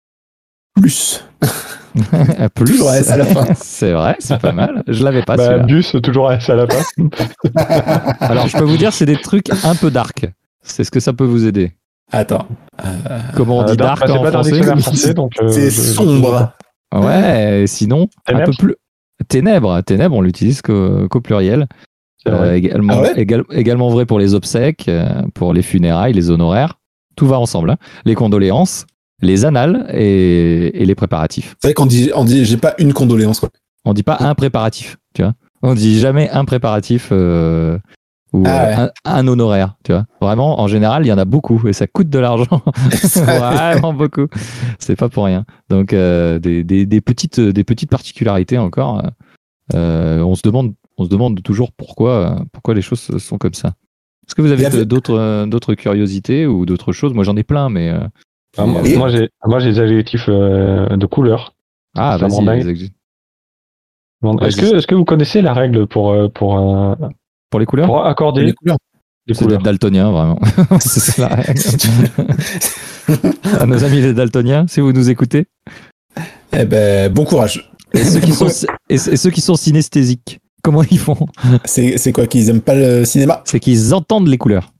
Speaker 2: Plus.
Speaker 3: Plus.
Speaker 2: Toujours S à la fin.
Speaker 3: C'est vrai, c'est pas mal. Je l'avais pas.
Speaker 1: Bus, toujours S à la fin.
Speaker 3: Alors, je peux vous dire, c'est des trucs un peu dark. C'est ce que ça peut vous aider.
Speaker 2: Attends.
Speaker 3: Comment on dit dark en français?
Speaker 1: Donc,
Speaker 2: c'est sombre.
Speaker 3: Ouais, sinon, un peu plus. Ténèbres, on l'utilise qu'au pluriel. Également vrai pour les obsèques, pour les funérailles, les honoraires. Tout va ensemble. Hein. Les condoléances, les annales et les préparatifs.
Speaker 2: C'est vrai qu'on dit j'ai pas une condoléance. Quoi.
Speaker 3: On dit pas un préparatif, tu vois. On dit jamais un préparatif ou un honoraire, tu vois. Vraiment, en général, il y en a beaucoup et ça coûte de l'argent. Vraiment beaucoup. C'est pas pour rien. Donc des petites particularités encore. On se demande toujours pourquoi les choses sont comme ça. Est-ce que vous avez d'autres curiosités ou d'autres choses? Moi, j'en ai plein, mais...
Speaker 1: Moi, j'ai des adjectifs de couleur.
Speaker 3: Ah,
Speaker 1: Ça
Speaker 3: vas-y,
Speaker 1: m'en dingue.
Speaker 3: les adjectifs.
Speaker 1: Est-ce que vous connaissez la règle pour
Speaker 3: Pour les couleurs?
Speaker 1: pour accorder
Speaker 2: Les couleurs.
Speaker 1: les
Speaker 3: C'est
Speaker 1: couleurs?
Speaker 3: des daltoniens, vraiment. C'est ça la règle. À nos amis les daltoniens, si vous nous écoutez.
Speaker 2: Eh ben, bon courage.
Speaker 3: Et ceux qui sont synesthésiques, comment ils font?
Speaker 2: C'est quoi qu'ils aiment pas le cinéma?
Speaker 3: C'est qu'ils entendent les couleurs.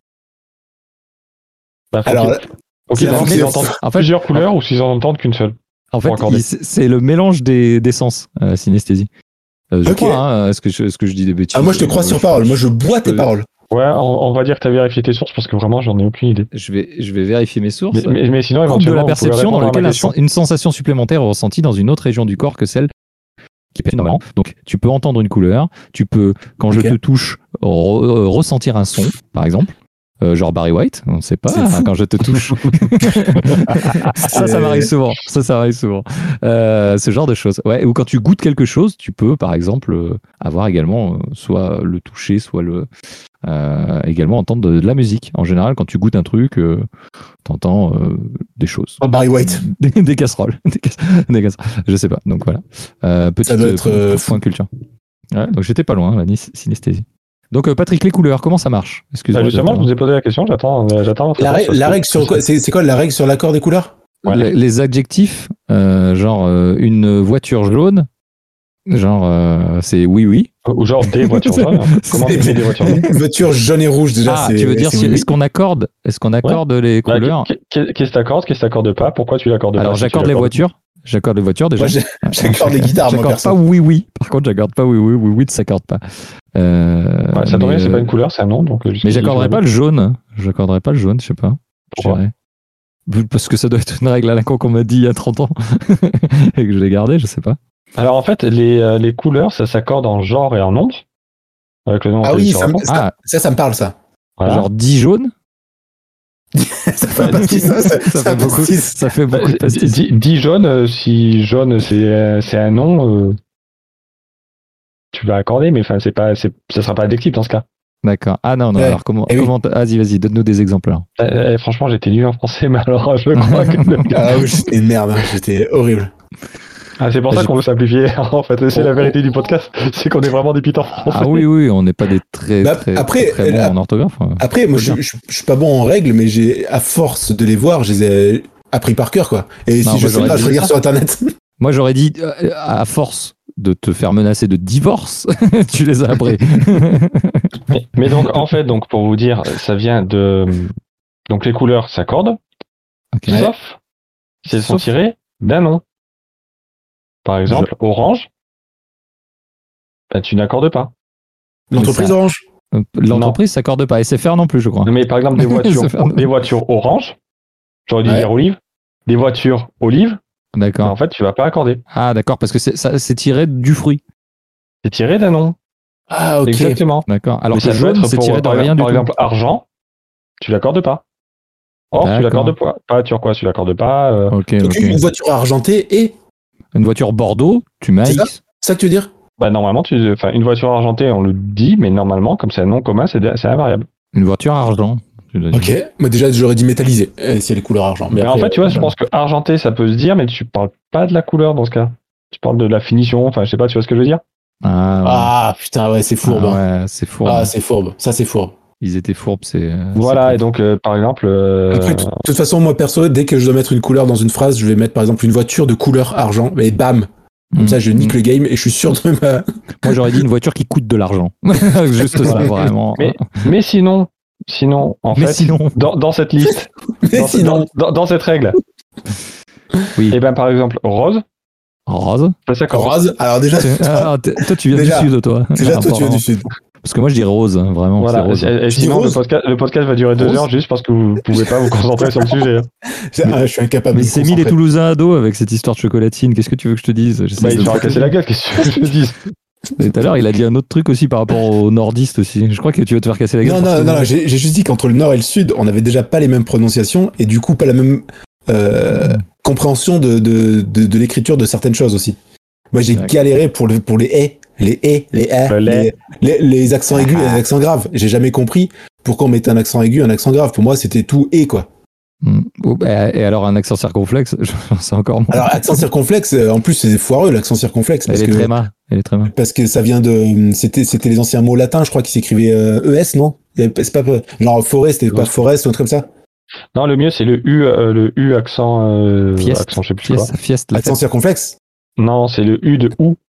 Speaker 1: Bah,
Speaker 2: Alors,
Speaker 1: faut qu'ils
Speaker 2: c'est-
Speaker 1: entendent
Speaker 3: En fait,
Speaker 1: plusieurs couleurs ou s'ils en entendent qu'une seule.
Speaker 3: En fait,
Speaker 1: Pour accorder.
Speaker 3: c'est le mélange des sens, la synesthésie. Je
Speaker 2: Ok.
Speaker 3: crois, hein, est-ce que je dis des bêtises?
Speaker 2: Ah, moi, je te crois sur parole. Moi, je bois tes paroles.
Speaker 1: Ouais, on va dire que tu as vérifié tes sources parce que vraiment, j'en ai aucune idée.
Speaker 3: Je vais vérifier mes sources.
Speaker 1: Mais sinon,
Speaker 3: Trouble de
Speaker 1: éventuellement,
Speaker 3: la
Speaker 1: vous pouvez
Speaker 3: perception dans
Speaker 1: répondre à
Speaker 3: lequel
Speaker 1: ma question.
Speaker 3: une sensation supplémentaire est ressentie dans une autre région du corps que celle qui est normalement. Donc, tu peux entendre une couleur, tu peux, quand je
Speaker 2: Ok.
Speaker 3: te touche, ressentir un son, par exemple. Genre Barry White, on ne sait pas,
Speaker 2: C'est fou.
Speaker 3: quand je te touche. ça m'arrive souvent. Ça m'arrive souvent. Ce genre de choses. Ouais, ou quand tu goûtes quelque chose, tu peux, par exemple, avoir également soit le toucher, soit également entendre de la musique. En général, quand tu goûtes un truc, t'entends des choses.
Speaker 2: Oh, Barry White.
Speaker 3: Des casseroles. Des casseroles. Je sais pas. Donc voilà. Petit
Speaker 2: Ça doit être,
Speaker 3: point culture. Ouais, donc j'étais pas loin, la synesthésie. Donc Patrick, les couleurs, comment ça marche? Excuse-moi.
Speaker 1: Justement, je vous ai posé la question, j'attends votre
Speaker 2: La,
Speaker 1: réponse,
Speaker 2: la
Speaker 1: parce
Speaker 2: règle
Speaker 1: que-
Speaker 2: sur quoi? C'est quoi la règle sur l'accord des couleurs?
Speaker 1: Ouais.
Speaker 3: Les adjectifs, genre une voiture jaune, genre c'est oui.
Speaker 1: Ou genre des voitures jaunes. Comment
Speaker 2: C'est-
Speaker 1: définir des voitures jaunes?
Speaker 2: Une voiture jaune et rouge, déjà.
Speaker 3: Ah,
Speaker 2: c'est-
Speaker 3: tu veux dire,
Speaker 2: c'est oui.
Speaker 3: est-ce qu'on accorde les
Speaker 1: Bah,
Speaker 3: couleurs?
Speaker 1: Qu'est-ce que t'accordes, qu'est-ce que t'accordes pas? Pourquoi tu l'accordes pas?
Speaker 3: Alors
Speaker 1: si tu
Speaker 3: j'accorde les
Speaker 1: l'accordes?
Speaker 3: voitures. J'accorde les voitures déjà.
Speaker 2: Moi, j'accorde les guitares, moi,
Speaker 3: J'accorde
Speaker 2: perso.
Speaker 3: pas oui. Par contre, j'accorde pas oui, ça s'accorde pas.
Speaker 1: Ouais, ça tombe bien,
Speaker 3: mais,
Speaker 1: c'est pas une couleur, c'est un nom. Donc,
Speaker 3: mais j'accorderais pas le jaune. J'accorderais pas le jaune, je sais pas. Je
Speaker 1: Pourquoi
Speaker 3: dirais. Parce que ça doit être une règle à la con qu'on m'a dit il y a 30 ans et que je l'ai gardée, je sais pas.
Speaker 1: Alors en fait, les couleurs, ça s'accorde en genre et en nombre. Avec le nom
Speaker 2: Ah
Speaker 1: auquel
Speaker 2: oui,
Speaker 1: ils se
Speaker 2: ça me,
Speaker 1: rapportent.
Speaker 2: ça me parle, ça.
Speaker 1: Voilà.
Speaker 3: Genre 10 jaunes,
Speaker 2: Ça fait un pastis, ça.
Speaker 3: ça fait beaucoup. Ça fait beaucoup de pastis.
Speaker 1: 10 jaunes, si jaune c'est un nom, tu vas accorder, mais enfin ça sera pas adjectif dans ce cas.
Speaker 3: D'accord. Ah non,
Speaker 2: Ouais.
Speaker 3: alors comment,
Speaker 2: Eh oui.
Speaker 3: vas-y, donne-nous des exemples alors.
Speaker 1: Franchement, j'étais nul en français, mais alors je crois que.
Speaker 2: Ah oui, j'étais une merde, hein, j'étais horrible.
Speaker 1: Ah, c'est pour ça qu'on veut simplifier. En fait, c'est la vérité du podcast, c'est qu'on est vraiment des pitons en français.
Speaker 3: Ah oui, on n'est pas des très
Speaker 2: Bah,
Speaker 3: très
Speaker 2: après,
Speaker 3: très bons en orthographe.
Speaker 2: Après, moi,
Speaker 3: Faut
Speaker 2: je suis pas bon en règles, mais à force de les voir, je les ai appris par cœur, quoi. Et
Speaker 3: Non,
Speaker 2: si je
Speaker 3: moi,
Speaker 2: sais
Speaker 3: j'aurais
Speaker 2: pas,
Speaker 3: dit
Speaker 2: je regarde sur Internet.
Speaker 3: Moi j'aurais dit à force de te faire menacer de divorce, tu les as appris.
Speaker 1: Mais donc, en fait, donc pour vous dire, ça vient de. Donc les couleurs s'accordent,
Speaker 3: Ok.
Speaker 1: sauf si elles sont
Speaker 3: Sauf-
Speaker 1: tirées d'un nom. Par exemple, orange, bah, tu n'accordes pas.
Speaker 2: L'entreprise
Speaker 3: ça-
Speaker 2: Orange.
Speaker 3: L'entreprise s'accorde pas. SFR non plus, je crois.
Speaker 1: Mais par exemple,
Speaker 3: Ça
Speaker 1: des voitures orange, j'aurais dû
Speaker 2: Ouais.
Speaker 1: dire olive, des voitures olive,
Speaker 3: D'accord.
Speaker 1: en fait, tu vas pas accorder.
Speaker 3: Ah d'accord, parce que c'est tiré du fruit.
Speaker 1: C'est tiré d'un nom.
Speaker 2: Ah, ok.
Speaker 1: Exactement.
Speaker 3: D'accord. Alors
Speaker 1: Mais
Speaker 3: que
Speaker 1: ça peut
Speaker 3: jaune,
Speaker 1: être
Speaker 3: c'est
Speaker 1: pour,
Speaker 3: tiré de
Speaker 1: par
Speaker 3: rien du
Speaker 1: par
Speaker 3: tout.
Speaker 1: exemple, argent, tu l'accordes pas. Or, tu
Speaker 3: D'accord.
Speaker 1: l'accordes pas. Turquoise, tu l'accordes pas.
Speaker 3: Ok.
Speaker 2: Donc, une voiture argentée et.
Speaker 3: Une voiture Bordeaux, tu mets un
Speaker 2: C'est ça
Speaker 3: X.
Speaker 2: C'est ça que tu veux dire?
Speaker 1: Bah, normalement, une voiture argentée, on le dit, mais normalement, comme c'est un nom commun, c'est invariable.
Speaker 3: Une voiture argent. tu dois dire.
Speaker 2: Ok. Moi, déjà, j'aurais dit métallisé, si elle est couleur argent.
Speaker 1: Mais en
Speaker 2: après,
Speaker 1: fait, tu vois, je pense que argenté, ça peut se dire, mais tu parles pas de la couleur dans ce cas. Tu parles de la finition, enfin, je sais pas, tu vois ce que je veux dire?
Speaker 3: Ah, ouais.
Speaker 2: Ah, putain, ouais, c'est fourbe. hein.
Speaker 3: Ah ouais, c'est fourbe.
Speaker 2: Ah, c'est fourbe. Ça, c'est fourbe.
Speaker 3: Ils étaient fourbes, c'est.
Speaker 1: Voilà,
Speaker 3: c'est
Speaker 1: et donc, par exemple,
Speaker 2: Après, de toute façon, moi, perso, dès que je dois mettre une couleur dans une phrase, je vais mettre, par exemple, une voiture de couleur argent, et bam! Comme ça, je nique le game et je suis sûr de ma.
Speaker 3: Moi, j'aurais dit une voiture qui coûte de l'argent. Juste ça, vraiment.
Speaker 1: mais sinon, en
Speaker 3: Mais
Speaker 1: fait,
Speaker 3: sinon.
Speaker 1: dans cette liste,
Speaker 2: Mais sinon.
Speaker 1: dans cette règle,
Speaker 3: Oui.
Speaker 1: et ben, par exemple, rose,
Speaker 3: Rose.
Speaker 1: ça s'accorde.
Speaker 2: Rose, alors déjà,
Speaker 3: Ah, toi, tu viens
Speaker 2: Déjà-
Speaker 3: du sud, toi.
Speaker 2: déjà, toi, tu viens
Speaker 3: Apparemment.
Speaker 2: du sud.
Speaker 3: Parce que moi, je dis rose, hein, vraiment.
Speaker 1: Voilà,
Speaker 3: C'est rose.
Speaker 1: et
Speaker 2: Tu dis
Speaker 1: sinon,
Speaker 2: rose
Speaker 1: le podcast va durer 2
Speaker 2: Rose
Speaker 1: heures juste parce que vous pouvez pas vous concentrer sur le sujet.
Speaker 2: Je suis incapable
Speaker 3: Mais
Speaker 2: de me
Speaker 3: c'est mis les
Speaker 2: concentrer.
Speaker 3: Toulousains à dos avec cette histoire de chocolatine. Qu'est-ce que tu veux que je te dise? J'essaie
Speaker 1: Bah,
Speaker 3: de
Speaker 1: il
Speaker 3: te
Speaker 1: t'aura cassé la gueule, qu'est-ce que tu veux que je te dise?
Speaker 3: Et tout à l'heure, il a dit un autre truc aussi par rapport aux nordistes aussi. Je crois que tu vas te faire casser la gueule.
Speaker 2: Non,
Speaker 3: pour
Speaker 2: non,
Speaker 3: ce-
Speaker 2: non, j'ai juste dit qu'entre le nord et le sud, on avait déjà pas les mêmes prononciations et du coup pas la même compréhension de l'écriture de certaines choses aussi. Moi, j'ai
Speaker 3: D'accord.
Speaker 2: galéré pour les les accents aigus et les accents graves. J'ai jamais compris pourquoi on mettait un accent aigu, un accent grave? Pour moi, c'était tout et quoi.
Speaker 3: Et alors un accent circonflexe, c'est encore moins.
Speaker 2: Alors accent circonflexe, en plus c'est foireux l'accent circonflexe parce que
Speaker 3: Elle est très mal.
Speaker 2: parce que ça vient de c'était les anciens mots latins, je crois, qui s'écrivaient ES, non? C'est pas genre forêt, c'était pas forest ou un truc comme ça.
Speaker 1: Non, le mieux c'est le U accent
Speaker 3: Fieste,
Speaker 1: accent je sais plus quoi.
Speaker 3: Fieste,
Speaker 2: accent circonflexe.
Speaker 1: Non, c'est le U de ou.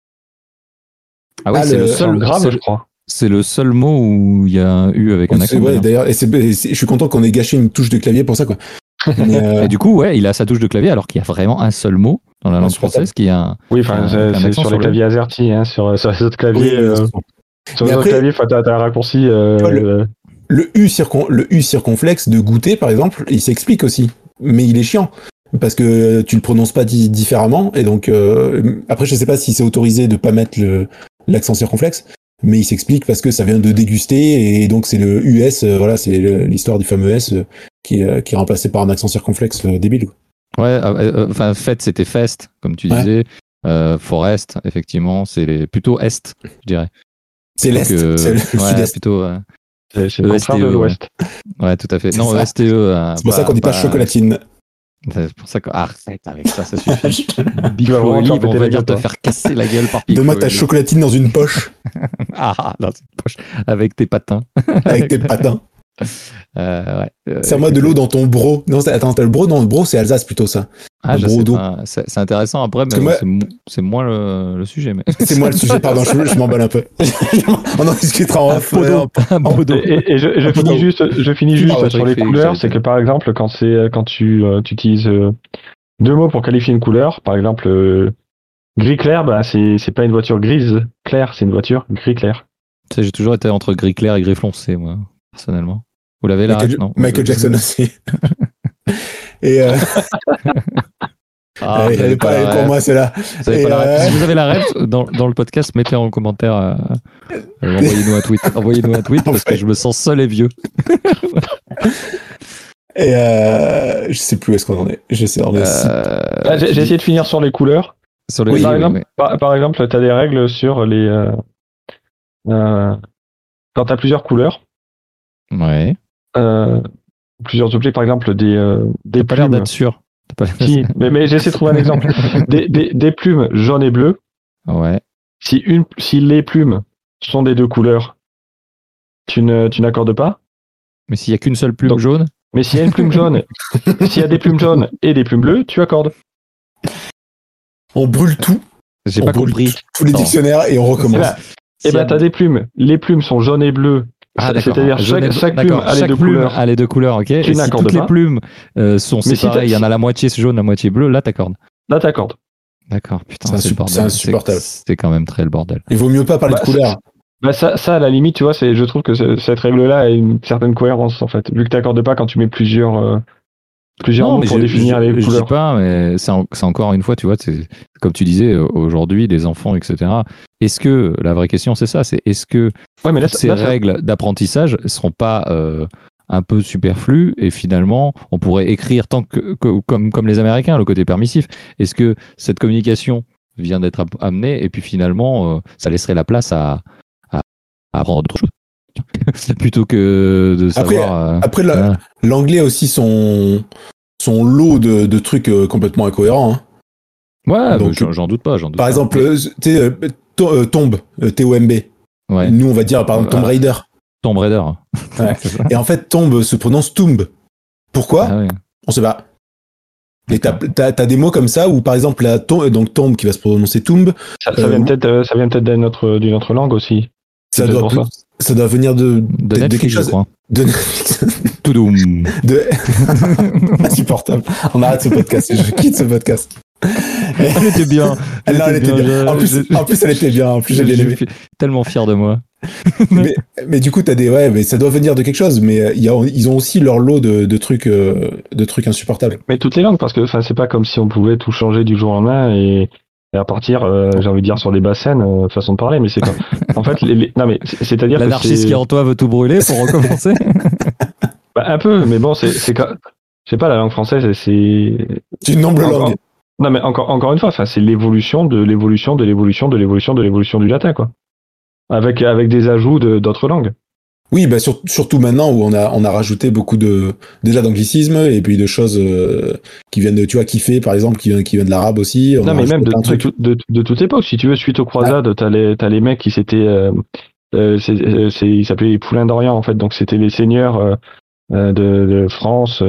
Speaker 3: Ah oui, c'est le seul
Speaker 1: grave, je crois.
Speaker 3: C'est le seul mot où il y a un U avec un accent.
Speaker 2: Ouais, d'ailleurs, et je suis content qu'on ait gâché une touche de clavier pour ça, quoi.
Speaker 3: Et du coup, ouais, il a sa touche de clavier alors qu'il y a vraiment un seul mot dans la langue française qui a un.
Speaker 1: Oui, enfin, c'est sur les claviers AZERTY, hein, sur les autres claviers. Sur les autres claviers, t'as un raccourci.
Speaker 2: Le U circonflexe de goûter, par exemple, il s'explique aussi, mais il est chiant. Parce que tu le prononces pas différemment, et donc après je sais pas si c'est autorisé de pas mettre l'accent circonflexe, mais il s'explique parce que ça vient de déguster, et donc c'est le US, voilà, c'est l'histoire du fameux S qui est remplacé par un accent circonflexe débile.
Speaker 3: Ouais, enfin fête c'était fest, comme tu disais, forest effectivement, c'est plutôt est, je dirais.
Speaker 2: C'est l'est, c'est le sud-est.
Speaker 3: Plutôt.
Speaker 1: C'est le contraire de l'ouest.
Speaker 3: Ouais, tout à fait. Non, ESTE.
Speaker 2: C'est pour ça qu'on dit pas chocolatine.
Speaker 3: C'est pour ça arrête avec ça suffit.
Speaker 1: Big Flo et Oli,
Speaker 3: on va dire te faire casser la gueule par Big Flo.
Speaker 2: Donne-moi ta chocolatine dans une poche.
Speaker 3: Dans une poche. Avec tes patins.
Speaker 2: Avec tes patins.
Speaker 3: Ouais.
Speaker 2: Serre-moi de l'eau dans ton bro. Non, attends, t'as le bro? Non, le bro, c'est Alsace plutôt, ça.
Speaker 3: Je sais pas. C'est intéressant après, mais c'est moins le sujet. Mais...
Speaker 2: C'est moi le sujet, pardon, je m'emballe un peu. On en discutera en off.
Speaker 1: Et je finis juste sur les couleurs, c'est que par exemple, quand tu utilises deux mots pour qualifier une couleur, par exemple, gris clair, bah c'est pas une voiture grise claire, c'est une voiture gris clair.
Speaker 3: Tu sais, j'ai toujours été entre gris clair et gris foncé, moi, personnellement. Vous l'avez là? Non.
Speaker 2: Michael Jackson aussi. Et elle est pas pour moi, c'est là.
Speaker 3: Si vous avez la ref dans le podcast, mettez en commentaire. Envoyez-nous un tweet. Envoyez-nous un tweet parce que je me sens seul et vieux.
Speaker 2: Et je sais plus où est-ce qu'on en est. J'ai
Speaker 1: essayé de finir sur les couleurs.
Speaker 3: Sur les
Speaker 1: par exemple, tu as des règles sur les quand tu as plusieurs couleurs.
Speaker 3: Ouais.
Speaker 1: Plusieurs objets, par exemple des
Speaker 3: plumes. Pas l'air d'être sûr.
Speaker 1: Si, mais j'essaie de trouver un exemple. Des plumes jaunes et bleues.
Speaker 3: Ouais.
Speaker 1: Si les plumes sont des deux couleurs, tu n'accordes pas.
Speaker 3: Mais s'il y a qu'une seule plume jaune.
Speaker 1: Mais s'il y a une plume jaune, s'il y a des plumes jaunes et des plumes bleues, tu accordes.
Speaker 2: On brûle tout.
Speaker 3: J'ai pas compris.
Speaker 2: Tous les dictionnaires et on recommence.
Speaker 1: Et ben t'as des plumes. Les plumes sont jaunes et bleues. C'est-à-dire chaque plume
Speaker 3: a les deux couleurs, ok. Et si toutes les plumes sont séparées, il y en a la moitié jaune, la moitié bleue, là t'accordes.
Speaker 1: Là t'accordes.
Speaker 3: D'accord, putain, c'est le bordel.
Speaker 2: C'est insupportable.
Speaker 3: C'est quand même très le bordel.
Speaker 2: Il vaut mieux pas parler de couleurs.
Speaker 1: Ça, à la limite, tu vois, je trouve que cette règle-là a une certaine cohérence, en fait. Vu que t'accordes pas quand tu mets plusieurs mots pour définir les couleurs.
Speaker 3: Je sais pas, mais c'est encore une fois, tu vois, comme tu disais, aujourd'hui, les enfants, etc. Est-ce que, la vraie question, c'est ça, c'est est-ce que ces règles d'apprentissage seront pas un peu superflues et finalement, on pourrait écrire comme les Américains, le côté permissif. Est-ce que cette communication vient d'être amenée et puis finalement, ça laisserait la place à apprendre d'autres choses plutôt que de savoir.
Speaker 2: Après, l'anglais a aussi son lot de trucs complètement incohérents. Hein.
Speaker 3: Ouais, donc, j'en doute pas.
Speaker 2: Par exemple, tu sais, Tomb, T-O-M-B.
Speaker 3: Ouais.
Speaker 2: Nous, on va dire par exemple Tomb Raider.
Speaker 3: Tomb Raider.
Speaker 2: Ouais. Et en fait, Tomb se prononce Tomb. Pourquoi? On sait pas. Et t'as des mots comme ça où par exemple donc Tomb qui va se prononcer Tomb.
Speaker 1: Ça vient peut-être d'une autre langue aussi.
Speaker 2: Ça doit venir de
Speaker 3: Netflix, je crois.
Speaker 2: De Netflix.
Speaker 3: Toudoum.
Speaker 2: Insupportable. On arrête ce podcast. Je quitte ce podcast.
Speaker 3: Elle était bien.
Speaker 2: Elle était bien. En plus, elle était bien. En plus, j'ai bien aimé.
Speaker 3: Tellement fier de moi.
Speaker 2: mais du coup, mais ça doit venir de quelque chose. Mais ils ont aussi leur lot de trucs insupportables.
Speaker 1: Mais toutes les langues, parce que c'est pas comme si on pouvait tout changer du jour au lendemain et à partir, j'ai envie de dire sur des bassines, façon de parler, mais c'est comme, en fait, non mais c'est-à-dire que
Speaker 3: l'anarchiste qui en toi veut tout brûler pour recommencer.
Speaker 1: Un peu, mais bon, c'est je sais pas, la langue française, c'est
Speaker 2: une noble langue.
Speaker 1: Non mais encore une fois, c'est l'évolution de l'évolution du latin, quoi. Avec des ajouts d'autres langues.
Speaker 2: Oui, bah surtout maintenant où on a rajouté beaucoup déjà d'anglicismes et puis de choses qui viennent de, tu vois, kiffer par exemple, qui vient de l'arabe aussi. On
Speaker 1: Non,
Speaker 2: a
Speaker 1: mais même
Speaker 2: rajouté plein de trucs.
Speaker 1: de toute époque, si tu veux, suite aux croisades, t'as les mecs qui s'étaient, ils s'appelaient les Poulains d'Orient en fait, donc c'était les seigneurs de France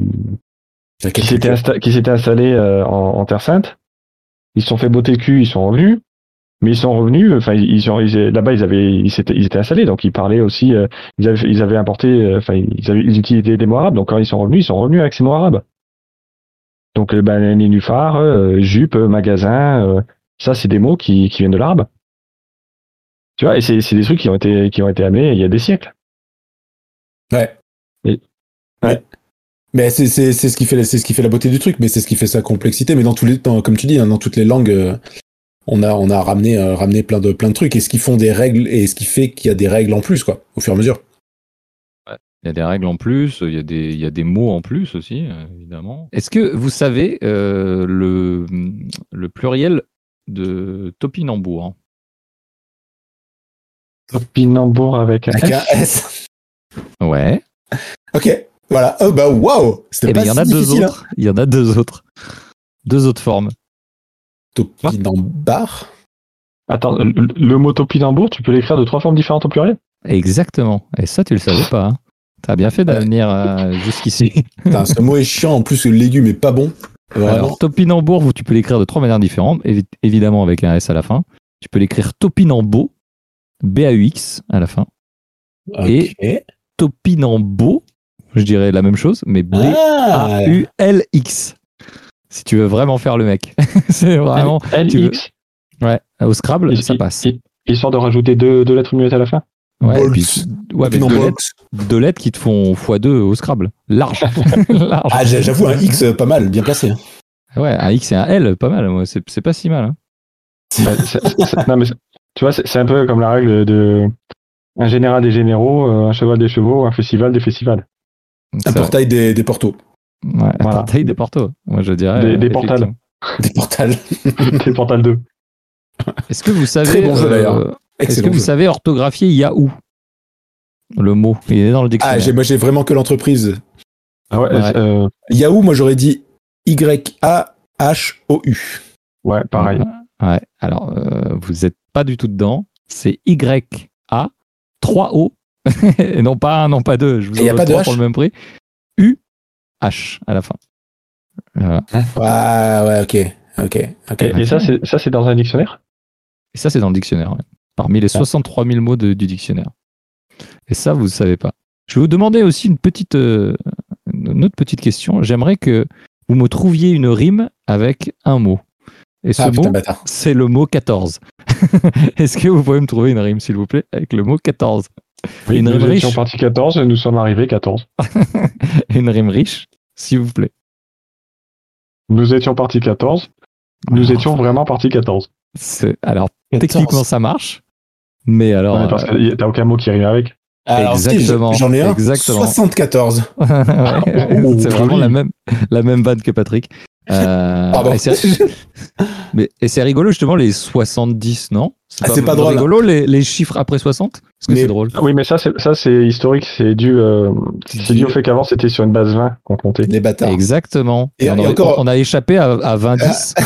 Speaker 1: qui s'étaient installés en Terre Sainte. Ils se sont fait botter le cul, ils sont revenus. Mais ils sont revenus, enfin là-bas ils étaient installés, donc ils parlaient aussi, ils avaient importé, enfin ils utilisaient des mots arabes, donc quand ils sont revenus avec ces mots arabes. Donc nénuphar, jupe, magasin, ça c'est des mots qui viennent de l'arabe. Tu vois, et c'est des trucs qui ont été amenés il y a des siècles.
Speaker 2: Ouais.
Speaker 1: Ouais.
Speaker 2: Mais c'est ce qui fait la beauté du truc, mais c'est ce qui fait sa complexité. Mais comme tu dis, hein, dans toutes les langues. On a ramené plein de trucs, et ce qui font des règles, et ce qui fait qu'il y a des règles en plus, quoi, au fur et à mesure.
Speaker 3: Ouais. Il y a des règles en plus, il y a des mots en plus aussi, évidemment. Est-ce que vous savez le pluriel de topinambour?
Speaker 1: Topinambour avec un
Speaker 2: S.
Speaker 3: Ouais.
Speaker 2: Ok, voilà. Oh bah waouh, c'était pas si difficile.
Speaker 3: Il y en a deux autres. Deux autres formes.
Speaker 2: Topinambar.
Speaker 1: Attends, le mot topinambour, tu peux l'écrire de 3 formes différentes au pluriel?
Speaker 3: Exactement. Et ça, tu le savais pas. Hein. T'as bien fait de venir jusqu'ici.
Speaker 2: Putain, ce mot est chiant. En plus, le légume est pas bon. Vraiment.
Speaker 3: Alors, topinambour, tu peux l'écrire de 3 manières différentes. Évidemment, avec un S à la fin. Tu peux l'écrire topinambo, B-A-U-X à la fin.
Speaker 2: Okay.
Speaker 3: Et topinambo, je dirais la même chose, mais B-A-U-L-X. Si tu veux vraiment faire le mec. C'est vraiment.
Speaker 1: L-X.
Speaker 3: Ouais, au Scrabble, ça passe.
Speaker 1: Histoire de rajouter deux lettres muettes à la fin.
Speaker 3: Ouais, et puis, mais deux lettres qui te font x2 au Scrabble. Large. Large.
Speaker 2: Ah, j'avoue, un X pas mal, bien placé.
Speaker 3: Ouais, un X et un L, pas mal. Moi, c'est pas si mal. Hein.
Speaker 1: Non, mais tu vois, c'est un peu comme la règle de un général des généraux, un cheval des chevaux, un festival des festivals.
Speaker 2: Un portail des portos.
Speaker 3: Ouais, un portail des portos. Moi, je dirais.
Speaker 1: Des portals.
Speaker 2: Des portals.
Speaker 1: Des portals 2.
Speaker 3: Est-ce que vous savez.
Speaker 2: Très bon jeu d'ailleurs.
Speaker 3: Est-ce que vous savez orthographier Yahoo? Le mot, il est dans le dictionnaire.
Speaker 2: Ah, moi j'ai vraiment que l'entreprise.
Speaker 1: Ah ouais.
Speaker 2: Yahoo, moi j'aurais dit Y-A-H-O-U.
Speaker 1: Ouais, pareil.
Speaker 3: Ouais, alors vous n'êtes pas du tout dedans. C'est Y-A, 3 O, et non pas 1, non pas 2. Je vous en donne 3 pour le même prix. U-H à la fin.
Speaker 2: Voilà. Ouais, ok.
Speaker 1: Et ça, c'est dans un dictionnaire?
Speaker 3: Et ça, c'est dans le dictionnaire, ouais. Parmi les 63 000 mots du dictionnaire. Et ça, vous ne savez pas. Je vais vous demander aussi une autre petite question. J'aimerais que vous me trouviez une rime avec un mot. Et ce mot, c'est le mot 14. Est-ce que vous pouvez me trouver une rime, s'il vous plaît, avec le mot 14?
Speaker 1: Oui, nous étions partis 14 et nous sommes arrivés 14.
Speaker 3: Une rime riche, s'il vous plaît.
Speaker 1: Nous étions partis 14. Nous étions vraiment partis 14.
Speaker 3: Alors, 14. Techniquement, ça marche. Mais alors.
Speaker 1: Ouais, parce que t'as aucun mot qui rime avec.
Speaker 2: Alors,
Speaker 3: exactement.
Speaker 2: J'en ai un.
Speaker 3: Exactement.
Speaker 2: 74.
Speaker 3: C'est vraiment la même vanne que Patrick.
Speaker 2: Pardon.
Speaker 3: Et c'est rigolo, justement, les 70, non?
Speaker 2: C'est pas drôle.
Speaker 3: rigolo, les chiffres après 60? Parce que c'est drôle.
Speaker 1: Oui, mais ça, c'est historique. C'est dû au fait qu'avant, c'était sur une base 20 qu'on comptait.
Speaker 2: Les bâtards.
Speaker 3: Exactement.
Speaker 2: Et
Speaker 3: on a échappé à 20-10.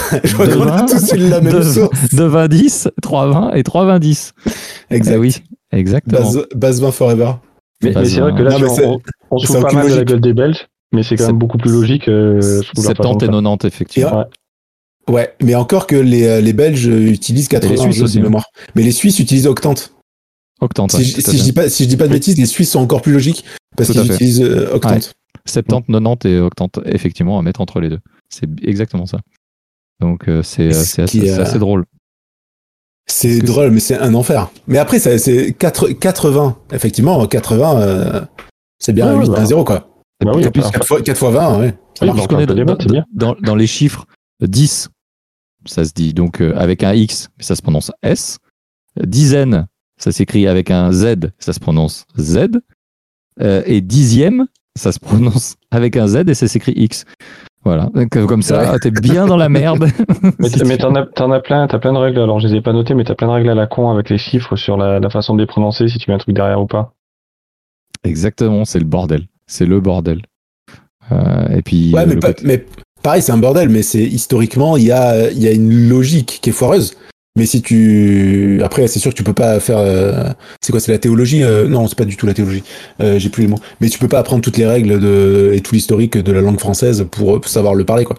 Speaker 2: De
Speaker 3: 20-10, 3-20 et 3-20-10.
Speaker 2: Exact.
Speaker 3: Oui, exactement.
Speaker 2: Base 20 forever.
Speaker 1: Mais c'est vrai que là, on se fout pas mal de la gueule des Belges, mais c'est quand même beaucoup plus logique.
Speaker 3: 70 et 90, effectivement.
Speaker 2: Ouais, mais encore que les Belges utilisent 80 de mémoire. Mais les Suisses utilisent octante.
Speaker 3: Octante,
Speaker 2: si je dis pas de bêtises, les Suisses sont encore plus logiques parce qu'ils utilisent octante.
Speaker 3: Ouais. 70, 90 et octante, effectivement, à mettre entre les deux. C'est exactement ça. Donc c'est assez drôle.
Speaker 2: C'est drôle, mais c'est un enfer. Mais après, c'est 80. Effectivement, 80, c'est bien 8-0, quoi.
Speaker 1: Bah oui,
Speaker 2: 4 fois 20, ouais.
Speaker 3: Dans les chiffres, 10, ça se dit donc avec un X, mais ça se prononce S. Dizaine, ça s'écrit avec un Z, ça se prononce Z. Et dixième, ça se prononce avec un Z et ça s'écrit X. Voilà, donc, comme ça, t'es bien dans la merde.
Speaker 1: mais t'as plein de règles, alors je les ai pas notées, mais t'as plein de règles à la con avec les chiffres sur la façon de les prononcer, si tu mets un truc derrière ou pas.
Speaker 3: Exactement, c'est le bordel. C'est le bordel. Et puis.
Speaker 2: Ouais, mais pareil, c'est un bordel, mais c'est historiquement, il y a une logique qui est foireuse. Mais si tu. Après, c'est sûr que tu peux pas faire. C'est quoi, c'est la théologie Non, c'est pas du tout la théologie. J'ai plus les mots. Mais tu peux pas apprendre toutes les règles et tout l'historique de la langue française pour savoir le parler, quoi.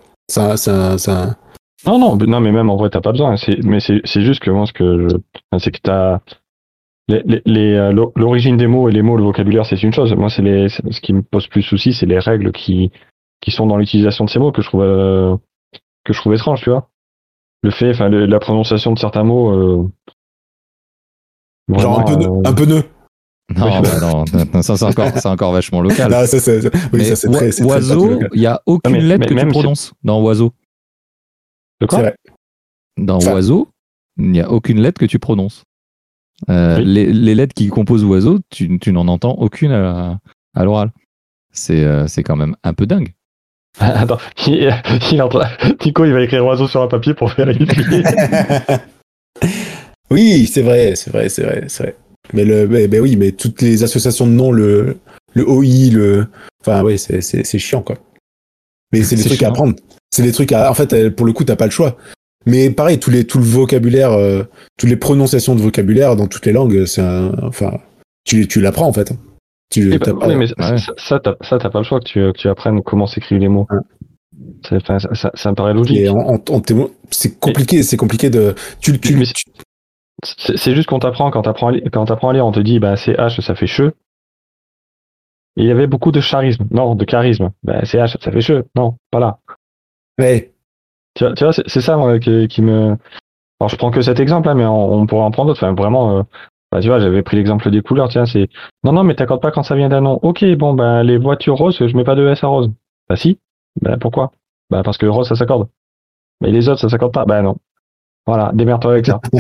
Speaker 1: Non, mais même en vrai, t'as pas besoin. C'est juste que moi, c'est que t'as l'origine des mots et les mots, le vocabulaire, c'est une chose. Moi, ce qui me pose plus souci, c'est les règles qui sont dans l'utilisation de ces mots que je trouve étrange, tu vois. Le fait, enfin, la prononciation de certains mots.
Speaker 2: Genre un peu nœud.
Speaker 3: Non, non, ça c'est encore vachement local.
Speaker 2: Non, ça c'est très
Speaker 3: oiseau, il y a aucune lettre que tu prononces dans oiseau.
Speaker 1: De quoi ?
Speaker 2: C'est vrai.
Speaker 3: Dans oiseau, il n'y a aucune lettre que tu prononces.
Speaker 1: Oui.
Speaker 3: Les lettres qui composent oiseau, tu n'en entends aucune à l'oral. C'est quand même un peu dingue.
Speaker 1: Attends, Nico, il va écrire oiseau sur un papier pour faire vérifier.
Speaker 2: Oui, c'est vrai. Mais oui, mais toutes les associations de noms, le OI, enfin oui, c'est chiant, quoi. Mais c'est des trucs à apprendre. C'est des trucs en fait, pour le coup, t'as pas le choix. Mais pareil, tout le vocabulaire, toutes les prononciations de vocabulaire dans toutes les langues, enfin, tu l'apprends en fait.
Speaker 1: Oui, mais ça, t'as pas le choix que tu apprennes comment s'écrivent les mots. Ouais. Ça me paraît logique.
Speaker 2: Et c'est compliqué de.
Speaker 1: C'est juste qu'on t'apprend quand t'apprends à lire, on te dit CH ça fait che. Et il y avait beaucoup de charisme, non, de charisme. CH ça fait che, non, pas là.
Speaker 2: Ouais.
Speaker 1: Tu vois, c'est ça moi, qui me. Alors je prends que cet exemple là, mais on pourrait en prendre d'autres. Enfin vraiment, tu vois, j'avais pris l'exemple des couleurs. Tiens, c'est non, mais t'accordes pas quand ça vient d'un nom. Ok, bon les voitures roses, je mets pas de S à rose. Bah si. Pourquoi ? Parce que rose ça s'accorde. Mais les autres ça s'accorde pas. Non. Voilà, démerde-toi avec ça.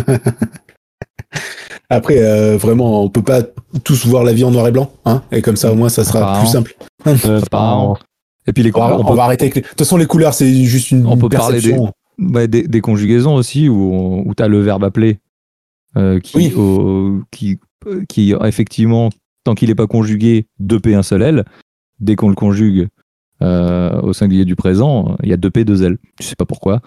Speaker 2: Après, vraiment, on peut pas tous voir la vie en noir et blanc, hein. Et comme ça, au moins, ça sera plus simple.
Speaker 3: Et puis les couleurs,
Speaker 2: on va arrêter avec de toute façon, les couleurs, c'est juste une perception.
Speaker 3: On peut parler des conjugaisons aussi, où tu as le verbe appeler, qui effectivement, tant qu'il n'est pas conjugué, 2P, un seul L. Dès qu'on le conjugue au singulier du présent, il y a 2P, 2 L. Je sais pas pourquoi.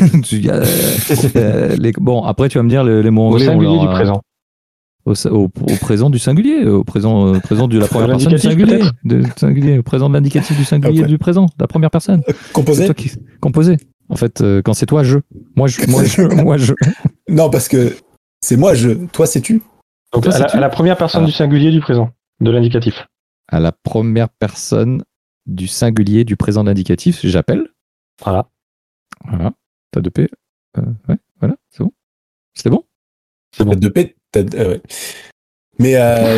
Speaker 3: Bon, après, tu vas me dire, les mots anglais.
Speaker 1: Au singulier du présent.
Speaker 3: Au présent du singulier, au présent de la première personne du singulier, au présent de l'indicatif du singulier du présent, de la première personne.
Speaker 2: Composé.
Speaker 3: Composé. En fait, quand c'est toi, je. Moi, je.
Speaker 2: Non, parce que c'est moi, je. Toi, c'est tu.
Speaker 1: Donc, à la première personne du singulier du présent, de l'indicatif.
Speaker 3: À la première personne du singulier du présent de l'indicatif, j'appelle.
Speaker 1: Voilà.
Speaker 3: T'as 2P. Ouais, voilà, c'est bon. C'était bon.
Speaker 2: C'est bon. 2P. Ouais. Mais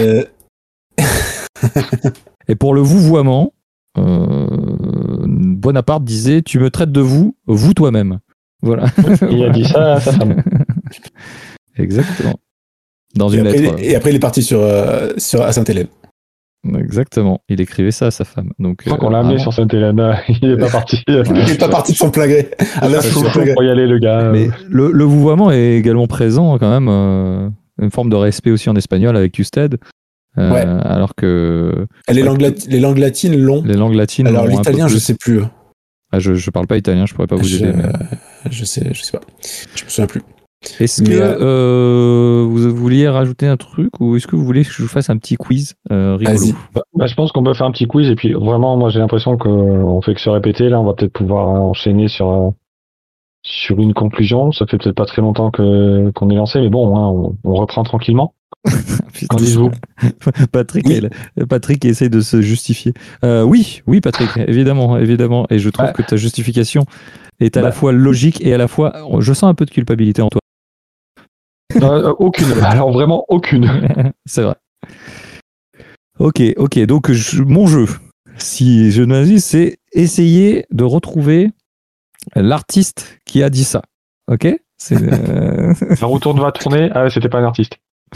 Speaker 3: Et pour le vouvoiement, Bonaparte disait: tu me traites de vous toi-même. Voilà.
Speaker 1: Il a dit ça à sa femme.
Speaker 3: Exactement. Dans une lettre.
Speaker 2: Et après, il est parti à Sainte-Hélène.
Speaker 3: Exactement. Il écrivait ça à sa femme. Donc,
Speaker 1: je crois qu'on l'a amené sur Sainte-Hélène. Il n'est pas parti.
Speaker 2: Il n'est pas parti de son plein gré.
Speaker 1: Pour y aller, le gars.
Speaker 3: Mais le vouvoiement est également présent, quand même. Une forme de respect aussi en espagnol avec Usted. Alors que.
Speaker 2: Les langues latines l'ont.
Speaker 3: Les langues latines.
Speaker 2: Alors l'italien, je sais plus.
Speaker 3: Je parle pas italien, je pourrais pas vous aider. Mais...
Speaker 2: Je sais pas. Je me souviens plus.
Speaker 3: Est-ce que vous vouliez rajouter un truc, ou est-ce que vous voulez que je vous fasse un petit quiz rigolo ?
Speaker 1: Je pense qu'on peut faire un petit quiz, et puis vraiment, moi j'ai l'impression qu'on fait que se répéter. Là, on va peut-être pouvoir enchaîner sur une conclusion. Ça fait peut-être pas très longtemps qu'on est lancé, mais bon, hein, on reprend tranquillement. Qu'en dites-vous ?
Speaker 3: Patrick essaie de se justifier. Oui, Patrick, évidemment. Et je trouve que ta justification est à la fois logique et à la fois, je sens un peu de culpabilité en toi.
Speaker 1: Aucune. Alors vraiment aucune.
Speaker 3: C'est vrai. Ok. Donc mon jeu, si je m'agis, c'est essayer de retrouver l'artiste qui a dit ça. Ok.
Speaker 1: La retourne va tourner. Ah, c'était pas un artiste.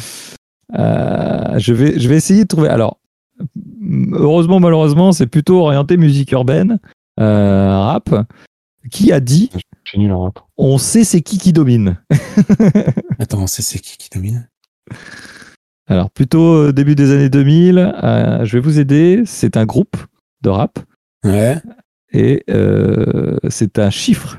Speaker 3: Je vais essayer de trouver. Alors, heureusement, malheureusement, c'est plutôt orienté musique urbaine, rap. Qui a dit?
Speaker 1: Je suis nul en rap.
Speaker 3: On sait c'est qui domine.
Speaker 2: Attends, on sait c'est qui domine?
Speaker 3: Alors, plutôt début des années 2000, je vais vous aider. C'est un groupe de rap.
Speaker 2: Ouais.
Speaker 3: Et c'est un chiffre.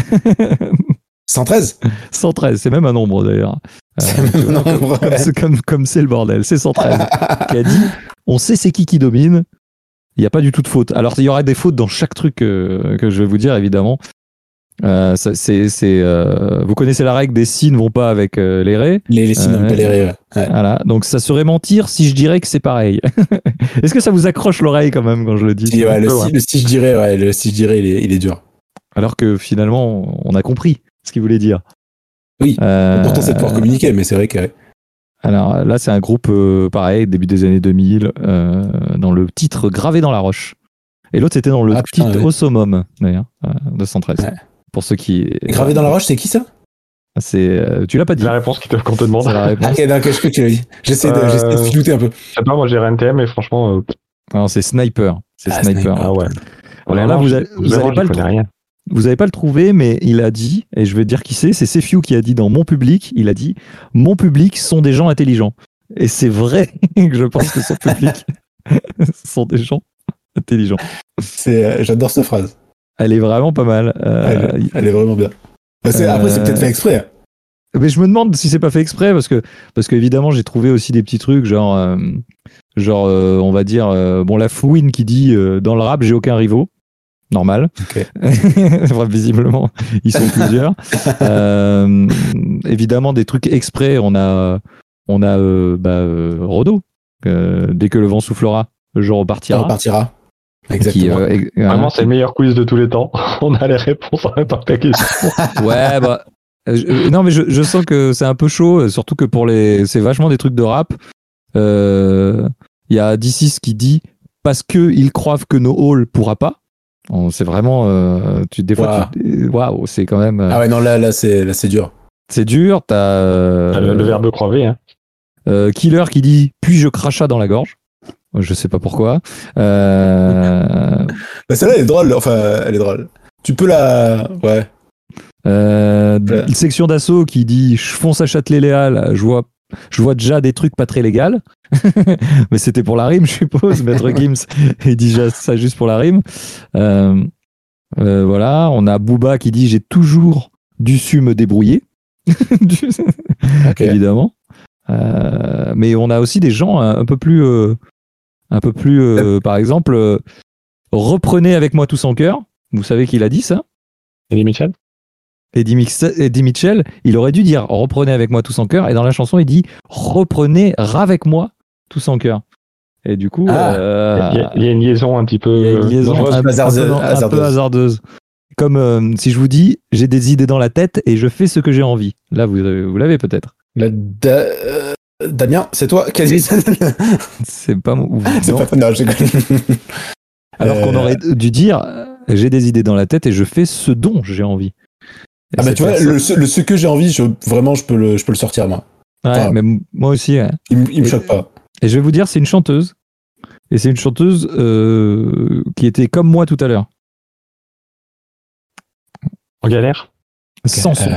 Speaker 2: 113
Speaker 3: 113, c'est même un nombre d'ailleurs.
Speaker 2: C'est même un nombre, ouais.
Speaker 3: Comme c'est le bordel, c'est 113. Qui a dit, on sait c'est qui domine, il n'y a pas du tout de faute. Alors il y aura des fautes dans chaque truc que je vais vous dire évidemment. Vous connaissez la règle des si ne vont pas avec les ré.
Speaker 2: Les si ne vont pas les ré, ouais.
Speaker 3: Voilà, donc ça serait mentir si je dirais que c'est pareil. Est-ce que ça vous accroche l'oreille quand même quand je le dis?
Speaker 2: Si, ouais, le si je dirais, il est dur.
Speaker 3: Alors que finalement, on a compris ce qu'il voulait dire.
Speaker 2: Oui, pourtant c'est de pouvoir communiquer, mais c'est vrai que...
Speaker 3: Alors là, c'est un groupe pareil, début des années 2000, dans le titre Gravé dans la roche. Et l'autre, c'était dans le titre Au summum, d'ailleurs, de 113. Ouais. Pour ceux qui...
Speaker 2: Gravé dans la roche, c'est qui ça?
Speaker 3: Tu l'as pas dit.
Speaker 1: La réponse qu'on te demande.
Speaker 3: C'est la réponse.
Speaker 2: Ok, d'accord, je tu l'as dit. J'essaie de filouter un peu.
Speaker 1: Je sais pas, moi j'ai NTM et franchement...
Speaker 3: Non, c'est Sniper. C'est Sniper.
Speaker 1: Ah ouais.
Speaker 3: Alors là, vous n'allez pas le trouver, mais il a dit, et je vais dire qui c'est Sefiu qui a dit dans Mon Public, il a dit « Mon public sont des gens intelligents ». Et c'est vrai que je pense que son public sont des gens intelligents.
Speaker 2: J'adore cette phrase.
Speaker 3: Elle est vraiment pas mal.
Speaker 2: Elle est vraiment bien. Après, c'est peut-être fait exprès.
Speaker 3: Mais je me demande si c'est pas fait exprès, parce que évidemment, j'ai trouvé aussi des petits trucs, genre on va dire, la Fouine qui dit dans le rap, j'ai aucun rivaux. Normal.
Speaker 2: Okay.
Speaker 3: Visiblement, ils sont plusieurs. Évidemment, des trucs exprès. On a Rodo. Dès que le vent soufflera, le jour repartira.
Speaker 2: Ça repartira. Exactement.
Speaker 1: Vraiment, c'est le meilleur quiz de tous les temps. On a les réponses en même temps que la question.
Speaker 3: Ouais, non, mais je sens que c'est un peu chaud, surtout que c'est vachement des trucs de rap. Il y a D6 qui dit parce que ils croient que No Hall pourra pas. C'est vraiment waouh, c'est quand même.
Speaker 2: Ah ouais, non, là c'est dur.
Speaker 3: C'est dur. T'as
Speaker 1: le verbe crever. Hein.
Speaker 3: Killer qui dit puis je crachat dans la gorge. Je sais pas pourquoi.
Speaker 2: Celle-là elle est drôle. Enfin, elle est drôle. Tu peux la. Ouais.
Speaker 3: Section d'assaut qui dit je fonce à Châtelet-Léal, je vois déjà des trucs pas très légaux. Mais c'était pour la rime, je suppose. Maître Gims, il dit ça juste pour la rime. Voilà, on a Booba qui dit j'ai toujours dû me débrouiller. Okay. Évidemment. Mais on a aussi des gens un peu plus par exemple, reprenez avec moi tous en cœur. Vous savez qui l'a dit ça? Eddie Mitchell, il aurait dû dire reprenez avec moi tous en cœur, et dans la chanson il dit reprenez avec moi tous en cœur. Et du coup, il y
Speaker 1: a une liaison un petit peu,
Speaker 3: un peu hasardeuse. Comme si je vous dis j'ai des idées dans la tête et je fais ce que j'ai envie. Là vous l'avez peut-être.
Speaker 2: Damien, c'est toi qui as dit ça?
Speaker 3: C'est pas moi.
Speaker 2: Non, j'ai...
Speaker 3: Alors qu'on aurait dû dire j'ai des idées dans la tête et je fais ce dont j'ai envie.
Speaker 2: Ah bah tu vois, ce que j'ai envie, vraiment je peux le sortir moi.
Speaker 3: Ouais, enfin, mais moi aussi. Ouais.
Speaker 2: Il me choque pas.
Speaker 3: Et je vais vous dire, c'est une chanteuse. Et c'est une chanteuse qui était comme moi tout à l'heure.
Speaker 1: En galère?
Speaker 3: Sans son.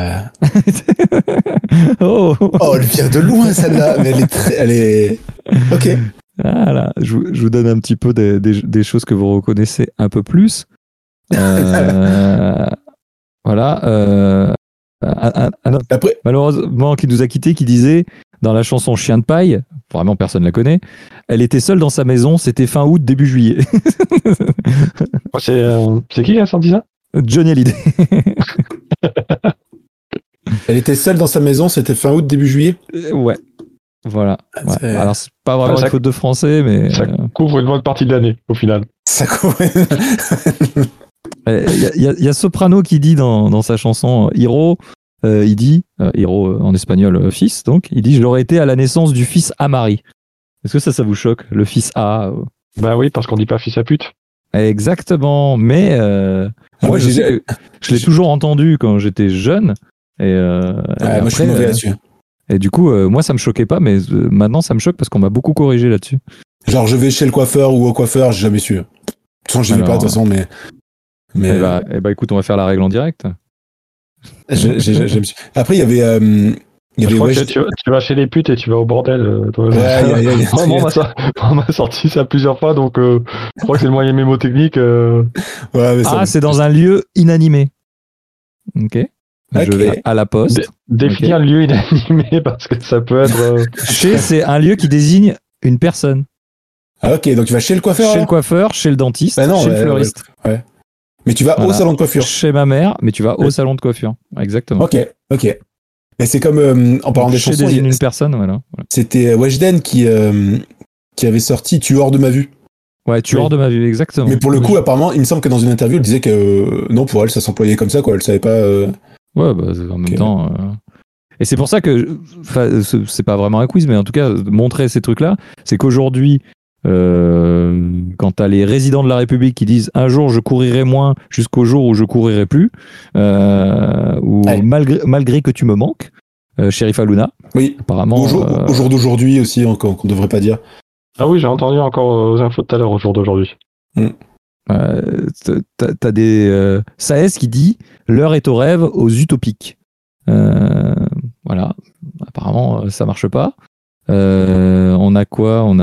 Speaker 2: Oh, elle vient de loin celle-là, mais elle est... Ok.
Speaker 3: Voilà, je vous donne un petit peu des choses que vous reconnaissez un peu plus. Voilà. Un autre, malheureusement, qui nous a quittés, qui disait dans la chanson Chien de paille, vraiment personne la connaît, elle était seule dans sa maison, c'était fin août, début juillet.
Speaker 1: C'est qui qui a sorti ça?
Speaker 3: Johnny Hallyday.
Speaker 2: Elle était seule dans sa maison, c'était fin août, début juillet?
Speaker 3: Ouais. Voilà. Ouais. Alors, c'est pas vraiment une faute de français, mais.
Speaker 1: Ça couvre une bonne partie de l'année, au final.
Speaker 2: Ça couvre.
Speaker 3: Il y a Soprano qui dit dans sa chanson Hiro, il dit, Hiro en espagnol, fils, donc, il dit je l'aurais été à la naissance du fils à Marie. Est-ce que ça vous choque, le fils à
Speaker 1: Bah oui, parce qu'on dit pas fils à pute.
Speaker 3: Exactement, mais moi je l'ai toujours entendu quand j'étais jeune. Et
Speaker 2: moi je suis mauvais là-dessus.
Speaker 3: Et du coup, moi ça me choquait pas, mais maintenant ça me choque parce qu'on m'a beaucoup corrigé là-dessus.
Speaker 2: Genre je vais chez le coiffeur ou au coiffeur, j'ai jamais su. De toute façon, je ne vais pas de toute façon, mais...
Speaker 3: écoute, on va faire la règle en direct.
Speaker 2: Après, il y avait Il y
Speaker 1: Je
Speaker 2: avait
Speaker 1: crois que
Speaker 2: Weshden.
Speaker 1: tu vas chez les putes et tu vas au bordel. Toi.
Speaker 2: Ouais,
Speaker 1: Maman m'a sorti ça plusieurs fois, donc je crois que c'est le moyen mémotechnique.
Speaker 2: Ouais, mais ça-
Speaker 3: c'est dans un lieu inanimé. Ok. Je
Speaker 2: Ok.
Speaker 3: vais à la poste.
Speaker 1: Définir le lieu inanimé parce que ça peut être.
Speaker 3: Chez, c'est un lieu qui désigne une personne.
Speaker 2: Ah, ok, donc tu vas chez le coiffeur
Speaker 3: Chez
Speaker 2: là
Speaker 3: le coiffeur, chez le dentiste,
Speaker 2: Bah non,
Speaker 3: chez le
Speaker 2: ouais,
Speaker 3: fleuriste.
Speaker 2: ouais. Mais tu vas au
Speaker 3: Voilà.
Speaker 2: salon de coiffure.
Speaker 3: Chez ma mère, mais tu vas au salon de coiffure. Exactement.
Speaker 2: Ok. Mais c'est comme en parlant
Speaker 3: Donc,
Speaker 2: des
Speaker 3: chez
Speaker 2: chansons,
Speaker 3: désigne une personne, voilà.
Speaker 2: c'était Weshden qui avait sorti Tu hors de ma vue.
Speaker 3: Ouais, tu hors de ma vue, exactement.
Speaker 2: Mais pour le coup, apparemment, il me semble que dans une interview, elle disait que non, pour elle, ça s'employait comme ça, quoi. Elle savait pas.
Speaker 3: Ouais, bah, en même temps. Et c'est pour ça que, c'est pas vraiment un quiz, mais en tout cas, montrer ces trucs-là, c'est qu'aujourd'hui, quand t'as les résidents de la République qui disent un jour je courirai moins jusqu'au jour où je courirai plus, ou
Speaker 2: Ouais.
Speaker 3: malgré que tu me manques, Sheriff Aluna,
Speaker 2: Oui.
Speaker 3: apparemment.
Speaker 2: Au jour d'aujourd'hui aussi, qu'on devrait pas dire.
Speaker 1: Ah oui, j'ai entendu encore aux infos tout à l'heure au jour d'aujourd'hui.
Speaker 3: T'as des Saez qui dit l'heure est au rêve, aux utopiques. Voilà. Apparemment, ça marche pas. On a quoi? On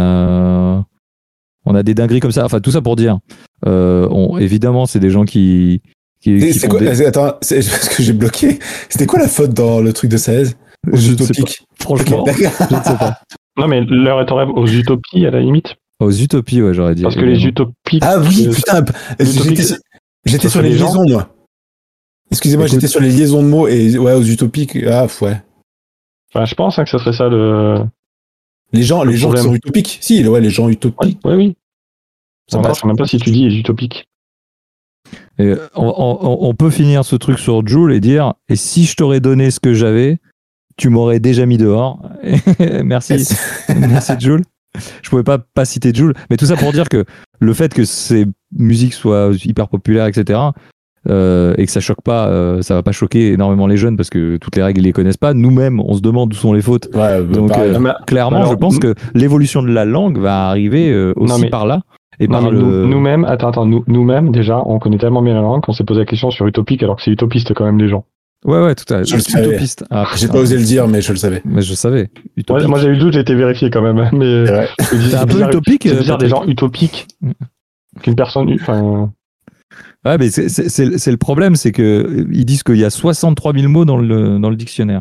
Speaker 3: a des dingueries comme ça. Enfin, tout ça pour dire. Évidemment, c'est des gens qui
Speaker 2: C'est
Speaker 3: font
Speaker 2: quoi
Speaker 3: des-
Speaker 2: Attends, c'est parce que j'ai bloqué. C'était quoi la faute dans le truc de 16 aux
Speaker 3: Je ne sais
Speaker 2: utopiques?
Speaker 3: pas. Franchement,
Speaker 2: Ok, d'accord.
Speaker 3: je ne sais pas.
Speaker 1: Non, mais l'heure est en rêve aux utopies à la limite.
Speaker 3: Aux utopies, ouais, j'aurais dit.
Speaker 1: Parce que les
Speaker 3: évidemment.
Speaker 1: utopiques.
Speaker 2: Ah oui, putain.
Speaker 1: l'utopique,
Speaker 2: J'étais
Speaker 1: ça
Speaker 2: sur
Speaker 1: serait
Speaker 2: les
Speaker 1: les gens
Speaker 2: liaisons, moi. Excusez-moi,
Speaker 3: Écoute.
Speaker 2: j'étais sur les liaisons de mots et ouais, aux utopiques. Ah, ouais.
Speaker 1: Enfin, je pense que ça serait ça le.
Speaker 2: Les gens qui
Speaker 1: problème.
Speaker 2: sont utopiques. Si, ouais, les gens utopiques.
Speaker 1: Oui.
Speaker 3: Ça
Speaker 1: Ça
Speaker 3: passe.
Speaker 1: je sais même pas si tu dis les utopiques.
Speaker 3: Et on peut finir ce truc sur Joule et dire et si je t'aurais donné ce que j'avais, tu m'aurais déjà mis dehors. Merci, merci Joule. Je pouvais pas citer Joule, mais tout ça pour dire que le fait que ces musiques soient hyper populaires, etc., et que ça choque pas, ça va pas choquer énormément les jeunes parce que toutes les règles ils les connaissent pas. Nous-mêmes, on se demande où sont les fautes.
Speaker 2: Ouais,
Speaker 3: Donc
Speaker 2: pareil.
Speaker 3: clairement,
Speaker 1: alors,
Speaker 3: je pense que l'évolution de la langue va arriver aussi
Speaker 1: Non, mais-
Speaker 3: par là. Et
Speaker 1: Non,
Speaker 3: par
Speaker 1: mais
Speaker 3: le...
Speaker 1: nous-mêmes, nous-mêmes, déjà, on connaît tellement bien la langue qu'on s'est posé la question sur utopique alors que c'est utopiste quand même les gens.
Speaker 3: Ouais, tout à fait.
Speaker 2: Je le savais.
Speaker 3: Utopiste. Ah,
Speaker 2: J'ai
Speaker 3: putain.
Speaker 2: pas osé le dire, mais je le savais.
Speaker 3: Mais je savais.
Speaker 1: Ouais,
Speaker 3: Utopique.
Speaker 1: moi j'ai eu le doute, j'ai été vérifié quand même. Mais
Speaker 2: C'est vrai.
Speaker 3: C'est un peu utopique.
Speaker 1: C'est bizarre des
Speaker 3: Patrick.
Speaker 1: gens utopiques. Qu'une personne. Enfin.
Speaker 3: Ouais, mais c'est le problème, c'est que ils disent qu'il y a 63 000 mots dans le dictionnaire.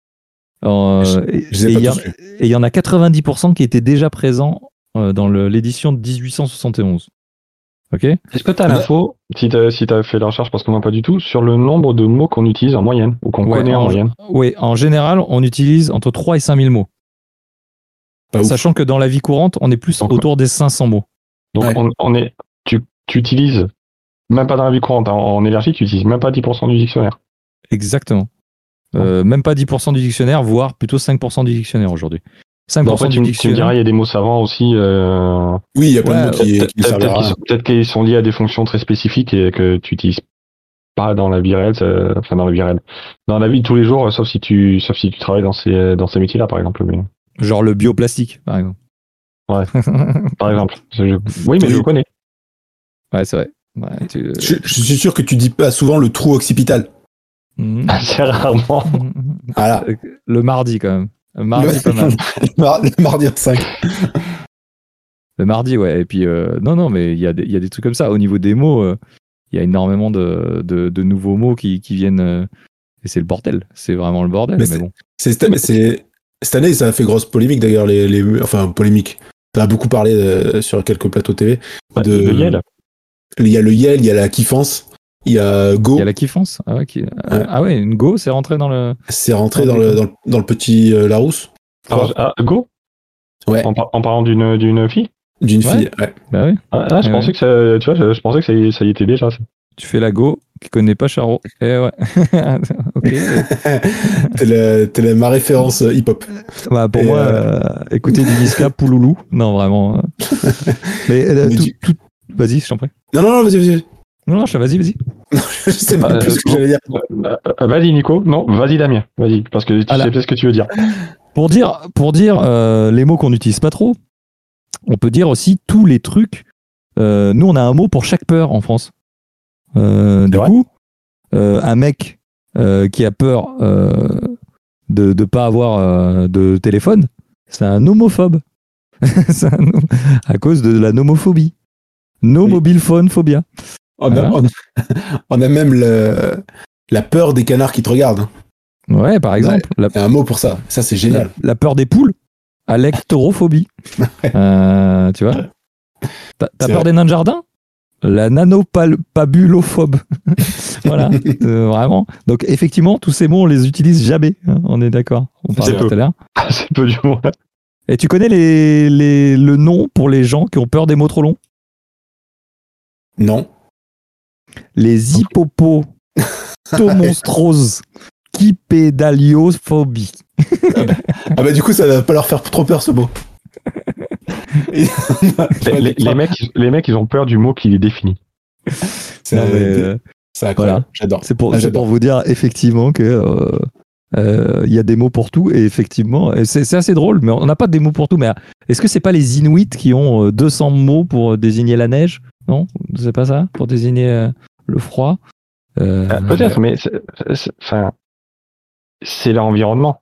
Speaker 3: Et
Speaker 2: Je les ai
Speaker 3: il y
Speaker 2: pas
Speaker 3: en-
Speaker 2: tous lus.
Speaker 3: et il y en a 90% qui étaient déjà présents dans l'édition de 1871. Ok?
Speaker 1: Est-ce que tu as l'info, si tu as fait la recherche, parce que moi pas du tout, sur le nombre de mots qu'on utilise en moyenne, ou qu'on connaît en moyenne?
Speaker 3: Oui, en général, on utilise entre 3 et 5 000 mots.
Speaker 2: Pas ouf.
Speaker 3: Sachant que dans la vie courante, on est plus
Speaker 1: Donc,
Speaker 3: autour des 500 mots.
Speaker 1: Donc
Speaker 2: Ouais.
Speaker 1: tu utilises, même pas dans la vie courante, en énergie, tu utilises même pas 10% du dictionnaire.
Speaker 3: Exactement. Même pas 10% du dictionnaire, voire plutôt 5% du dictionnaire aujourd'hui. 5%
Speaker 1: Bon, après,
Speaker 3: du
Speaker 1: tu me
Speaker 3: dictionnaire.
Speaker 1: diras, il y a des mots savants aussi.
Speaker 2: Oui, il y a plein de
Speaker 3: Ouais,
Speaker 2: mots qui ne servent à rien.
Speaker 1: Peut-être qu'ils sont liés à des fonctions très spécifiques et que tu utilises pas dans la vie réelle, enfin dans la vie réelle. Dans la vie de tous les jours, sauf si tu travailles dans ces métiers-là, par exemple. Mais,
Speaker 3: Genre le bioplastique, par exemple.
Speaker 1: Ouais. par exemple. Oui, mais je le connais.
Speaker 3: Ouais, c'est vrai. Ouais,
Speaker 2: Je suis sûr que tu dis pas souvent le trou occipital.
Speaker 3: Mhm.
Speaker 1: Assez rarement.
Speaker 2: Voilà.
Speaker 3: Le mardi, quand même. Le mardi, pas mal.
Speaker 2: Le mardi en 5.
Speaker 3: Le mardi, ouais. Et puis, non, mais il y a des trucs comme ça. Au niveau des mots, il y a énormément de nouveaux mots qui viennent. Et c'est le bordel. C'est vraiment le bordel.
Speaker 2: Mais
Speaker 3: Mais bon.
Speaker 2: Cette année, ça a fait grosse polémique d'ailleurs. Enfin, polémique. Ça a beaucoup parlé sur quelques plateaux TV.
Speaker 1: Le Yel.
Speaker 2: Il y a le Yel, il y a la kiffance, il y a Go.
Speaker 3: Il y a la kiffance. Ah ouais, ah ouais, une Go, c'est rentré dans le.
Speaker 2: C'est rentré dans le petit Larousse.
Speaker 1: Go.
Speaker 2: Ouais.
Speaker 1: En parlant d'une fille.
Speaker 2: D'une fille. Ouais.
Speaker 3: Bah oui.
Speaker 1: Je pensais que ça, tu vois, je pensais que ça y était déjà. Ça.
Speaker 3: Tu fais la Go, qui connaît pas Charo. Eh ouais. Ok.
Speaker 2: T'es ma référence hip-hop.
Speaker 3: Bah, pour moi, écouter du Niska, Pouloulou. Non, vraiment. Mais vas-y, je t'en prie.
Speaker 2: Non, vas-y.
Speaker 3: Non, vas-y.
Speaker 2: Je sais même plus ce que j'allais dire.
Speaker 1: Vas-y, Nico. Non, vas-y, Damien. Vas-y, parce que tu sais peut-être ce que tu veux dire.
Speaker 3: Pour dire les mots qu'on n'utilise pas trop, on peut dire aussi tous les trucs. Nous, on a un mot pour chaque peur en France. Du coup, un mec qui a peur de pas avoir de téléphone, c'est un homophobe. À cause de la nomophobie. No mobile phone phobia.
Speaker 2: On a même la peur des canards qui te regardent.
Speaker 3: Ouais, par exemple.
Speaker 2: Il y a un mot pour ça. Ça, c'est génial.
Speaker 3: La peur des poules. Alectorophobie. Tu vois. T'as peur des nains de jardin? La nanopabulophobe. Voilà, vraiment. Donc, effectivement, tous ces mots, on les utilise jamais. Hein, on est d'accord. On parlait tout à l'heure.
Speaker 1: C'est peu du mot.
Speaker 3: Et tu connais le nom pour les gens qui ont peur des mots trop longs?
Speaker 2: Non.
Speaker 3: Les hippopotomonstroses kipédaliophobie.
Speaker 2: Ah bah du coup, ça va pas leur faire trop peur ce mot.
Speaker 1: les mecs, ils ont peur du mot qui les définit.
Speaker 2: C'est incroyable. Voilà. J'adore.
Speaker 3: C'est pour vous dire effectivement que y a des mots pour tout, et effectivement, c'est assez drôle, mais on n'a pas des mots pour tout. Mais est-ce que c'est pas les Inuits qui ont 200 mots pour désigner la neige? Non, c'est pas ça, pour désigner le froid.
Speaker 1: Peut-être, mais c'est leur environnement.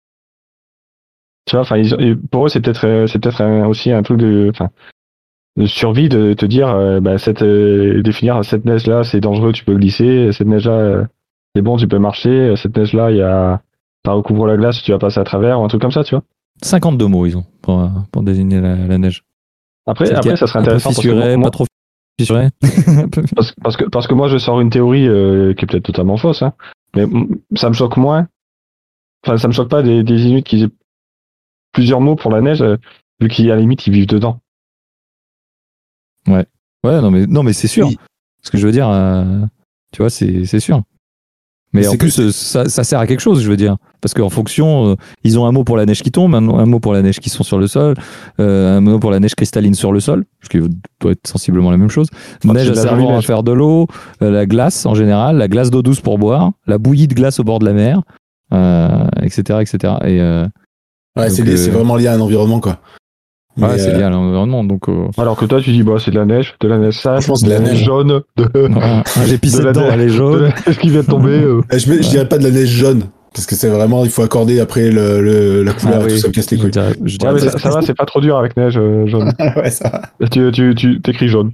Speaker 1: Tu vois, pour eux, c'est peut-être aussi un truc de survie de te dire, définir cette neige-là, c'est dangereux, tu peux glisser. Cette neige-là, c'est bon, tu peux marcher. Cette neige-là, ça recouvre la glace, tu vas passer à travers, ou un truc comme ça, tu vois.
Speaker 3: 52 mots, ils ont, pour désigner la neige.
Speaker 1: Après, ça serait intéressant.
Speaker 3: Pas trop fissuré.
Speaker 1: parce que moi, je sors une théorie qui est peut-être totalement fausse, hein, mais ça me choque moins. Enfin, ça me choque pas des Inuits qui aient plusieurs mots pour la neige, vu qu'à la limite, ils vivent dedans.
Speaker 3: Ouais, non, mais c'est sûr.
Speaker 2: Oui.
Speaker 3: Ce que je veux dire, tu vois, c'est sûr. Mais en plus, ça sert à quelque chose, je veux dire. Parce qu'en fonction, ils ont un mot pour la neige qui tombe, un mot pour la neige qui sont sur le sol, un mot pour la neige cristalline sur le sol, ce qui doit être sensiblement la même chose. Neige servant à faire de l'eau, la glace en général, la glace d'eau douce pour boire, la bouillie de glace au bord de la mer, etc., etc. Et,
Speaker 2: ouais, c'est vraiment lié à un environnement, quoi.
Speaker 3: Ouais, mais c'est lié à l'environnement, donc.
Speaker 1: Alors que toi, tu dis, c'est de la neige sale,
Speaker 2: je pense de la neige
Speaker 1: jaune,
Speaker 3: j'ai pissé dedans, elle est jaune.
Speaker 1: De la neige qui vient de tomber.
Speaker 2: Je dirais pas de la neige jaune, parce que c'est vraiment, il faut accorder après la couleur, et tout ça me casse les couilles.
Speaker 1: Mais ça va, c'est pas trop dur avec neige jaune.
Speaker 2: Ouais, ça va.
Speaker 1: Tu t'écris jaune.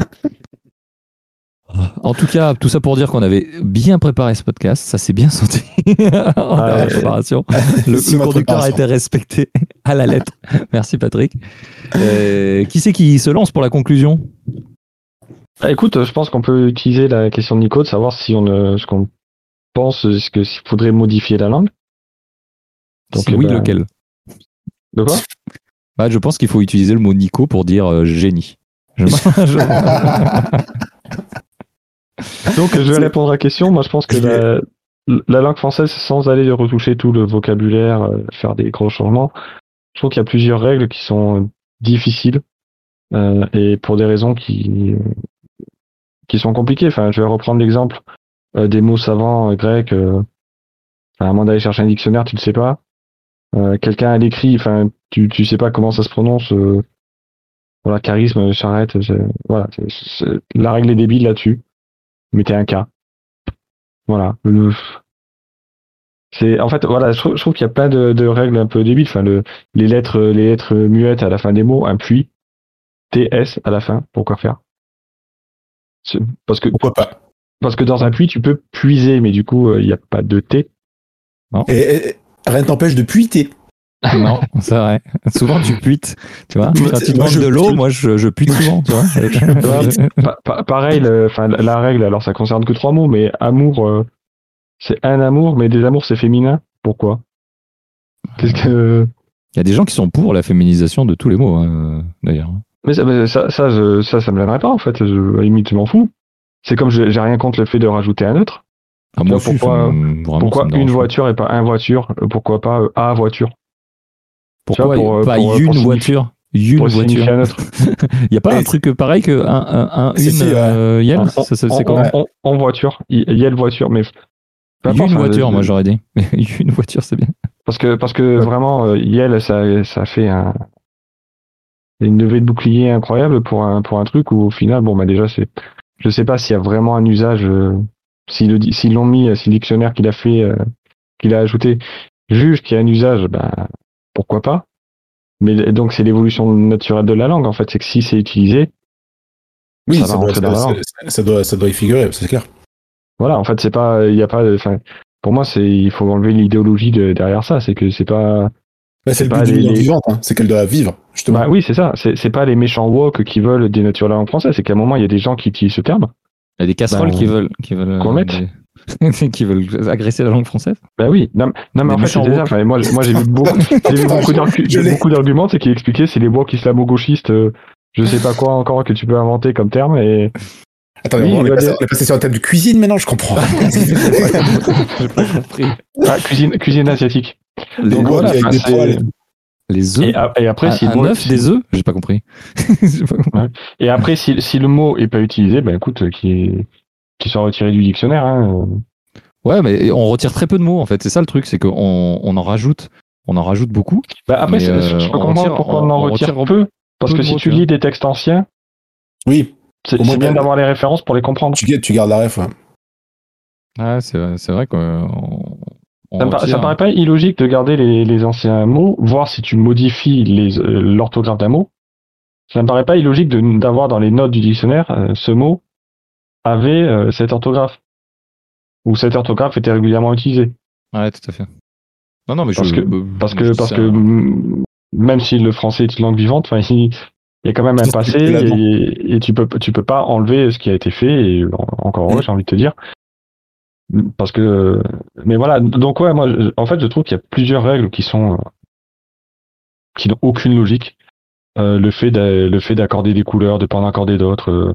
Speaker 3: En tout cas, tout ça pour dire qu'on avait bien préparé ce podcast, ça s'est bien senti en la préparation. Le conducteur a été respecté à la lettre. Merci Patrick. Qui c'est qui se lance pour la conclusion?
Speaker 1: Écoute, je pense qu'on peut utiliser la question de Nico, de savoir si ce qu'on pense, est-ce qu'il faudrait modifier la langue.
Speaker 3: Donc, si oui, lequel?
Speaker 1: De quoi?
Speaker 3: Je pense qu'il faut utiliser le mot Nico pour dire génie.
Speaker 1: Donc je vais répondre à la question. Moi je pense que la langue française, sans aller retoucher tout le vocabulaire, faire des gros changements, je trouve qu'il y a plusieurs règles qui sont difficiles et pour des raisons qui sont compliquées. Enfin, je vais reprendre l'exemple des mots savants grecs. À moins d'aller chercher un dictionnaire, tu ne sais pas. Quelqu'un à l'écrit, enfin tu sais pas comment ça se prononce. Voilà, charisme, charrette. Voilà, la règle est débile là-dessus. Mettez un K. Voilà. En fait, voilà, je trouve qu'il y a plein de règles un peu débiles. Enfin, les lettres muettes à la fin des mots, un puits, TS à la fin, pourquoi faire?
Speaker 2: Pourquoi pas?
Speaker 1: Parce que dans un puits, tu peux puiser, mais du coup, il n'y a pas de T.
Speaker 2: Non. Et rien ne t'empêche de puiter.
Speaker 3: Non, c'est vrai. Souvent tu puites, tu vois. Quand tu demandes de l'eau, moi je puite souvent, tu vois.
Speaker 1: Pareil, la règle, alors ça concerne que 3 mots, mais amour, c'est un amour, mais des amours c'est féminin. Pourquoi? Qu'est-ce que...
Speaker 3: Il y a des gens qui sont pour la féminisation de tous les mots, d'ailleurs.
Speaker 1: Mais ça me l'aimerait pas en fait. À la limite, je m'en fous. C'est comme j'ai rien contre le fait de rajouter un autre.
Speaker 3: Moi,
Speaker 1: pourquoi une voiture et pas un voiture? Pourquoi pas a voiture?
Speaker 3: Pourquoi pas une voiture? Une voiture. Il n'y a pas un truc pareil que Yel? C'est comment?
Speaker 1: En voiture. Yel voiture, mais.
Speaker 3: Une voiture, moi j'aurais dit. Une voiture, c'est bien.
Speaker 1: Parce que vraiment, Yel, ça fait une levée de bouclier incroyable pour un truc où au final, déjà, je sais pas s'il y a vraiment un usage, s'ils l'ont mis, si le dictionnaire qu'il a fait, qu'il a ajouté, juge qu'il y a un usage, ben pourquoi pas. Mais donc c'est l'évolution naturelle de la langue en fait, c'est que si c'est utilisé,
Speaker 2: Oui,
Speaker 1: ça va rentrer dans la langue.
Speaker 2: ça doit y figurer, c'est clair.
Speaker 1: Voilà, en fait c'est pas, il y a pas, enfin pour moi c'est, il faut enlever l'idéologie derrière ça, c'est que c'est pas.
Speaker 2: Bah, c'est le but d'une langue vivante, hein. C'est qu'elle doit vivre, justement.
Speaker 1: Bah oui, c'est ça. C'est pas les méchants woke qui veulent dénaturer la langue française. C'est qu'à un moment, il y a des gens qui utilisent ce terme.
Speaker 3: Il y a des casseroles qui veulent
Speaker 1: qu'on mette.
Speaker 3: qui veulent agresser la langue française.
Speaker 1: Bah oui. Non mais en fait, c'est déjà. Enfin, moi, j'ai vu beaucoup d'arguments, c'est qui expliquaient c'est les woke islamo-gauchistes, je sais pas quoi encore que tu peux inventer comme terme et.
Speaker 2: Attends, on est passé sur un thème de cuisine maintenant, je comprends.
Speaker 3: J'ai pas compris.
Speaker 1: Ah, cuisine asiatique.
Speaker 2: Donc voilà, avec des poils.
Speaker 3: Les œufs.
Speaker 1: Et après, si
Speaker 3: un œuf, des œufs, j'ai pas compris.
Speaker 1: Ouais. Et après, si le mot est pas utilisé, ben écoute, qui soit retiré du dictionnaire. Hein.
Speaker 3: Ouais, mais on retire très peu de mots en fait. C'est ça le truc, c'est qu'on en rajoute beaucoup.
Speaker 1: Bah après, je peux comprendre pourquoi on en retire peu, parce que si tu lis des textes anciens,
Speaker 2: oui,
Speaker 1: c'est bien d'avoir les références pour les comprendre.
Speaker 2: Tu gardes la ref. Ouais.
Speaker 3: Ah, c'est vrai qu'on.
Speaker 1: Ça me paraît pas illogique de garder les anciens mots, voir si tu modifies l'orthographe d'un mot. Ça me paraît pas illogique d'avoir dans les notes du dictionnaire ce mot avait cette orthographe. Ou cette orthographe était régulièrement utilisée.
Speaker 3: Ouais, tout à fait. Non, mais
Speaker 1: parce que même si le français est une langue vivante, il y a quand même un passé et tu peux pas enlever ce qui a été fait et encore heureux, j'ai envie de te dire. Parce que, mais voilà, donc ouais, moi, en fait, je trouve qu'il y a plusieurs règles qui n'ont aucune logique. Le fait d'accorder des couleurs, de pas en accorder d'autres,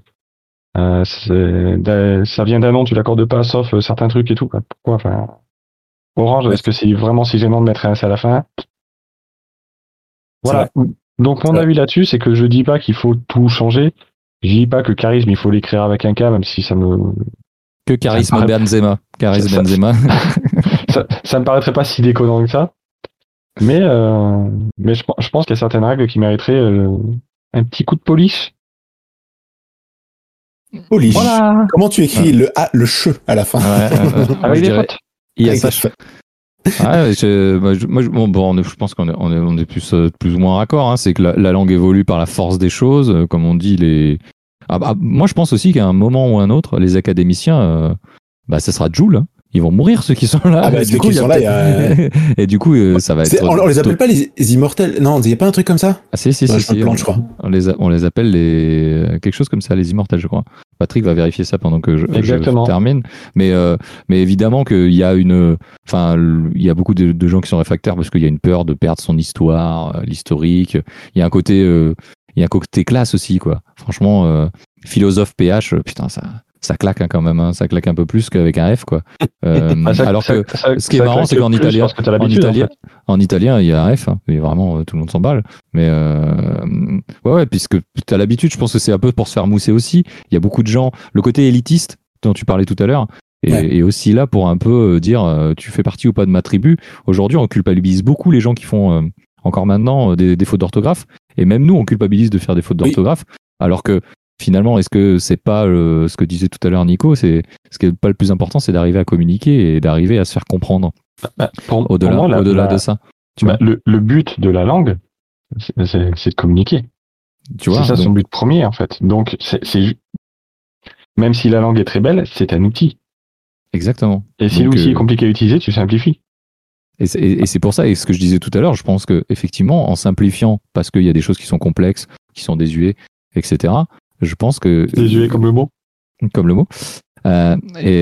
Speaker 1: ça vient d'un nom, tu l'accordes pas, sauf certains trucs et tout. Quoi. Pourquoi, enfin, Orange, est-ce que c'est vraiment si gênant de mettre un S à la fin? Voilà. Donc mon avis là-dessus, c'est que je dis pas qu'il faut tout changer. Je dis pas que charisme, il faut l'écrire avec un K, même si ça me
Speaker 3: que charisme Benzema.
Speaker 1: Ça me paraîtrait pas si déconnant que ça. Mais je pense qu'il y a certaines règles qui mériteraient un petit coup de polish.
Speaker 2: Polish. Voilà. Comment tu écris le A, le che à la fin?
Speaker 1: Avec des fautes.
Speaker 3: Il y a ça. Je pense qu'on est plus ou moins raccord. Hein. C'est que la langue évolue par la force des choses. Comme on dit, moi, je pense aussi qu'à un moment ou un autre, les académiciens, ça sera Joule. Hein. Ils vont mourir, ceux qui sont là. Et du coup, ça va être.
Speaker 2: On les appelle pas les immortels. Non, il n'y a pas un truc comme ça?
Speaker 3: Ah, si.
Speaker 2: Je crois.
Speaker 3: On les appelle quelque chose comme ça, les immortels, je crois. Patrick va vérifier ça pendant que je termine. Mais évidemment qu'il y a il y a beaucoup de gens qui sont réfractaires parce qu'il y a une peur de perdre son histoire, l'historique. Il y a un côté classe aussi, quoi. Franchement, philosophe PH, putain, ça claque hein, quand même, hein. Ça claque un peu plus qu'avec un F, quoi. Alors que ce qui est marrant, c'est qu'en italien, il y a un F, hein, et vraiment tout le monde s'emballe. Mais ouais, puisque tu as l'habitude, je pense que c'est un peu pour se faire mousser aussi. Il y a beaucoup de gens, le côté élitiste dont tu parlais tout à l'heure, et aussi là pour un peu dire tu fais partie ou pas de ma tribu. Aujourd'hui, on culpabilise beaucoup les gens qui font encore maintenant des fautes d'orthographe, et même nous, on culpabilise de faire des fautes d'orthographe, alors que finalement, est-ce que c'est pas ce que disait tout à l'heure Nico, ce qui est pas le plus important, c'est d'arriver à communiquer et d'arriver à se faire comprendre. Au-delà de ça.
Speaker 1: Le but de la langue, c'est de communiquer. Tu vois, c'est ça son but premier en fait. Donc même si la langue est très belle, c'est un outil.
Speaker 3: Exactement.
Speaker 1: Et si l'outil est compliqué à utiliser, tu simplifies.
Speaker 3: Et c'est pour ça, et ce que je disais tout à l'heure, je pense que effectivement, en simplifiant, parce qu'il y a des choses qui sont complexes, qui sont désuées, etc. Je pense que
Speaker 1: désuet comme le mot.
Speaker 3: Ça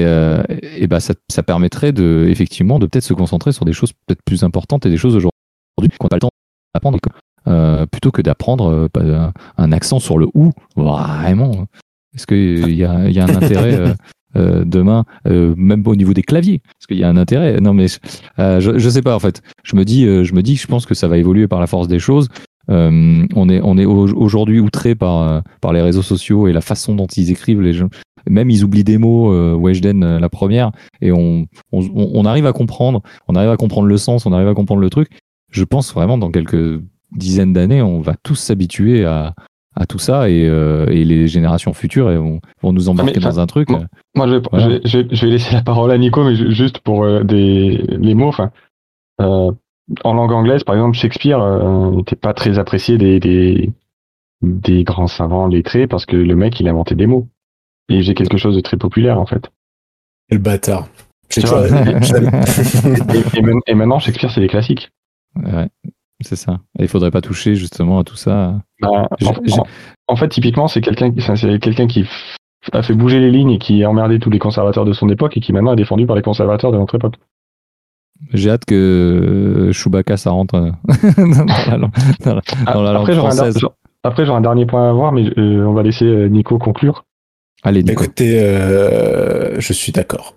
Speaker 3: permettrait effectivement de peut-être se concentrer sur des choses peut-être plus importantes et des choses aujourd'hui qu'on n'a pas le temps d'apprendre, plutôt que d'apprendre un accent sur le ou. Vraiment, est-ce qu'il y a un intérêt demain, même au niveau des claviers, est-ce qu'il y a un intérêt? Non, mais je sais pas en fait. Je me dis, je pense que ça va évoluer par la force des choses. On est aujourd'hui outré par les réseaux sociaux et la façon dont ils écrivent les gens. Même ils oublient des mots, Weshden la première, et on arrive à comprendre, le sens, on arrive à comprendre le truc. Je pense vraiment dans quelques dizaines d'années, on va tous s'habituer à tout ça, et les générations futures vont nous embarquer dans un truc.
Speaker 1: Moi, je vais laisser la parole à Nico, mais juste pour les mots. En langue anglaise, par exemple, Shakespeare n'était pas très apprécié des grands savants lettrés parce que le mec, il inventait des mots. Et j'ai quelque chose de très populaire, en fait.
Speaker 2: Quel bâtard.
Speaker 1: Tu vois, et maintenant, Shakespeare, c'est des classiques.
Speaker 3: Ouais, c'est ça. Et il faudrait pas toucher justement à tout ça.
Speaker 1: Bah, en fait, typiquement, c'est quelqu'un qui a fait bouger les lignes et qui a emmerdé tous les conservateurs de son époque et qui maintenant est défendu par les conservateurs de notre époque.
Speaker 3: J'ai hâte que Chewbacca ça rentre dans la langue française.
Speaker 1: Après, j'aurai un dernier point à voir, mais on va laisser Nico conclure.
Speaker 3: Allez, Nico.
Speaker 2: Écoutez, je suis d'accord.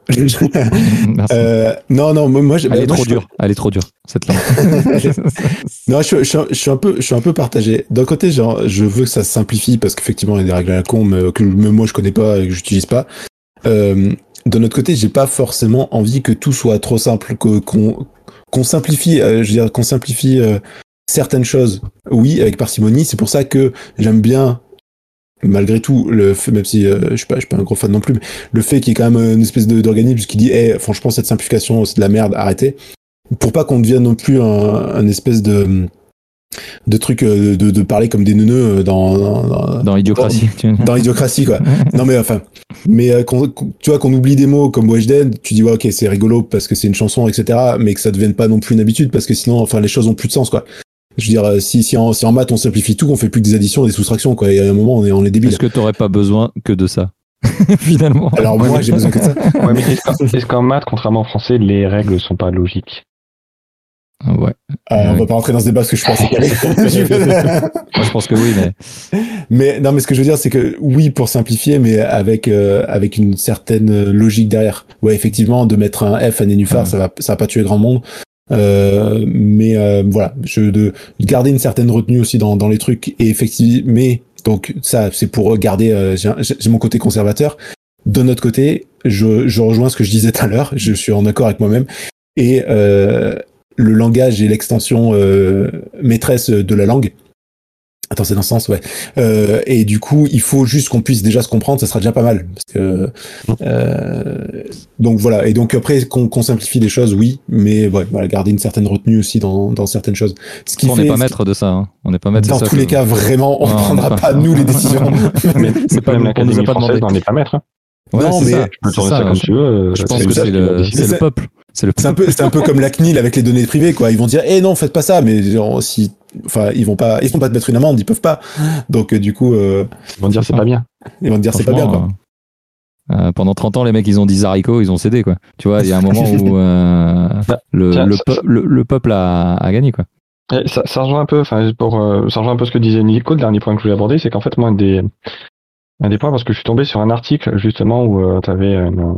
Speaker 3: Non,
Speaker 2: moi,
Speaker 3: elle est trop dure cette langue.
Speaker 2: Non, je suis un peu partagé. D'un côté, genre, je veux que ça se simplifie parce qu'effectivement, il y a des règles à la con que même moi je connais pas et que j'utilise pas. D'un autre côté, j'ai pas forcément envie que tout soit trop simple, qu'on simplifie. Je veux dire, qu'on simplifie certaines choses. Oui, avec parcimonie. C'est pour ça que j'aime bien. Malgré tout, le fait, même si je suis pas un gros fan non plus, mais le fait qu'il y ait quand même une espèce d'organisme qui dit franchement cette simplification c'est de la merde, arrêtez, pour pas qu'on devienne non plus un espèce de truc de parler comme des neuneux
Speaker 3: dans Idiocratie.
Speaker 2: Dans Idiocratie, quoi. Non mais enfin, mais tu vois qu'on oublie des mots comme Weshden, tu dis ouais ok c'est rigolo parce que c'est une chanson etc, mais que ça devienne pas non plus une habitude parce que sinon enfin les choses ont plus de sens quoi. Je veux dire, si en maths on simplifie tout, on fait plus que des additions et des soustractions, quoi. Et à un moment, on est débile.
Speaker 3: Est-ce que t'aurais pas besoin que de ça, finalement?
Speaker 2: Alors moi, j'ai besoin que de ça.
Speaker 1: Ouais, mais est-ce qu'en maths, contrairement au français, les règles sont pas logiques?
Speaker 3: Ouais.
Speaker 2: On va pas rentrer dans ce débat parce que je pense que
Speaker 3: moi, je pense que oui,
Speaker 2: mais non, mais ce que je veux dire, c'est que oui, pour simplifier, mais avec une certaine logique derrière. Ouais, effectivement, de mettre un F à Nénuphar, ça va pas tuer grand monde. Mais voilà, de garder une certaine retenue aussi dans les trucs et effectivement, mais donc ça c'est pour garder j'ai mon côté conservateur. De notre côté, je rejoins ce que je disais tout à l'heure, je suis en accord avec moi-même et le langage et l'extension maîtresse de la langue. Attends, c'est dans ce sens, ouais. Et du coup, il faut juste qu'on puisse déjà se comprendre, ça sera déjà pas mal. Parce que, donc voilà. Et donc après, qu'on simplifie les choses, oui, mais ouais, voilà, garder une certaine retenue aussi dans certaines choses. Ce qui
Speaker 3: on n'est pas maître de ça. Hein. On n'est pas maître
Speaker 2: dans
Speaker 3: de ça.
Speaker 2: Dans tous les cas, vraiment, on ne prendra pas nous les décisions.
Speaker 1: Mais c'est pas même l'Académie française n'en est pas maître. Hein.
Speaker 3: Ouais,
Speaker 2: non, mais
Speaker 3: ça.
Speaker 1: Tu peux tourner ça comme tu veux.
Speaker 3: Je pense que c'est le peuple.
Speaker 2: C'est un peu comme la CNIL avec les données privées, quoi. Ils vont dire, non, faites pas ça, mais genre, ils vont pas te mettre une amende, ils peuvent pas. Donc, du coup,
Speaker 1: ils vont dire, c'est pas bien.
Speaker 2: Ils vont dire, c'est pas bien, quoi.
Speaker 3: Pendant 30 ans, les mecs, ils ont dit Zarico, ils ont cédé, quoi. Tu vois, il y a un moment où le peuple a gagné, quoi.
Speaker 1: Ça rejoint un peu, ça rejoint un peu ce que disait Nico, le dernier point que je voulais aborder, c'est qu'en fait, moi, un des points, parce que je suis tombé sur un article, justement, où t'avais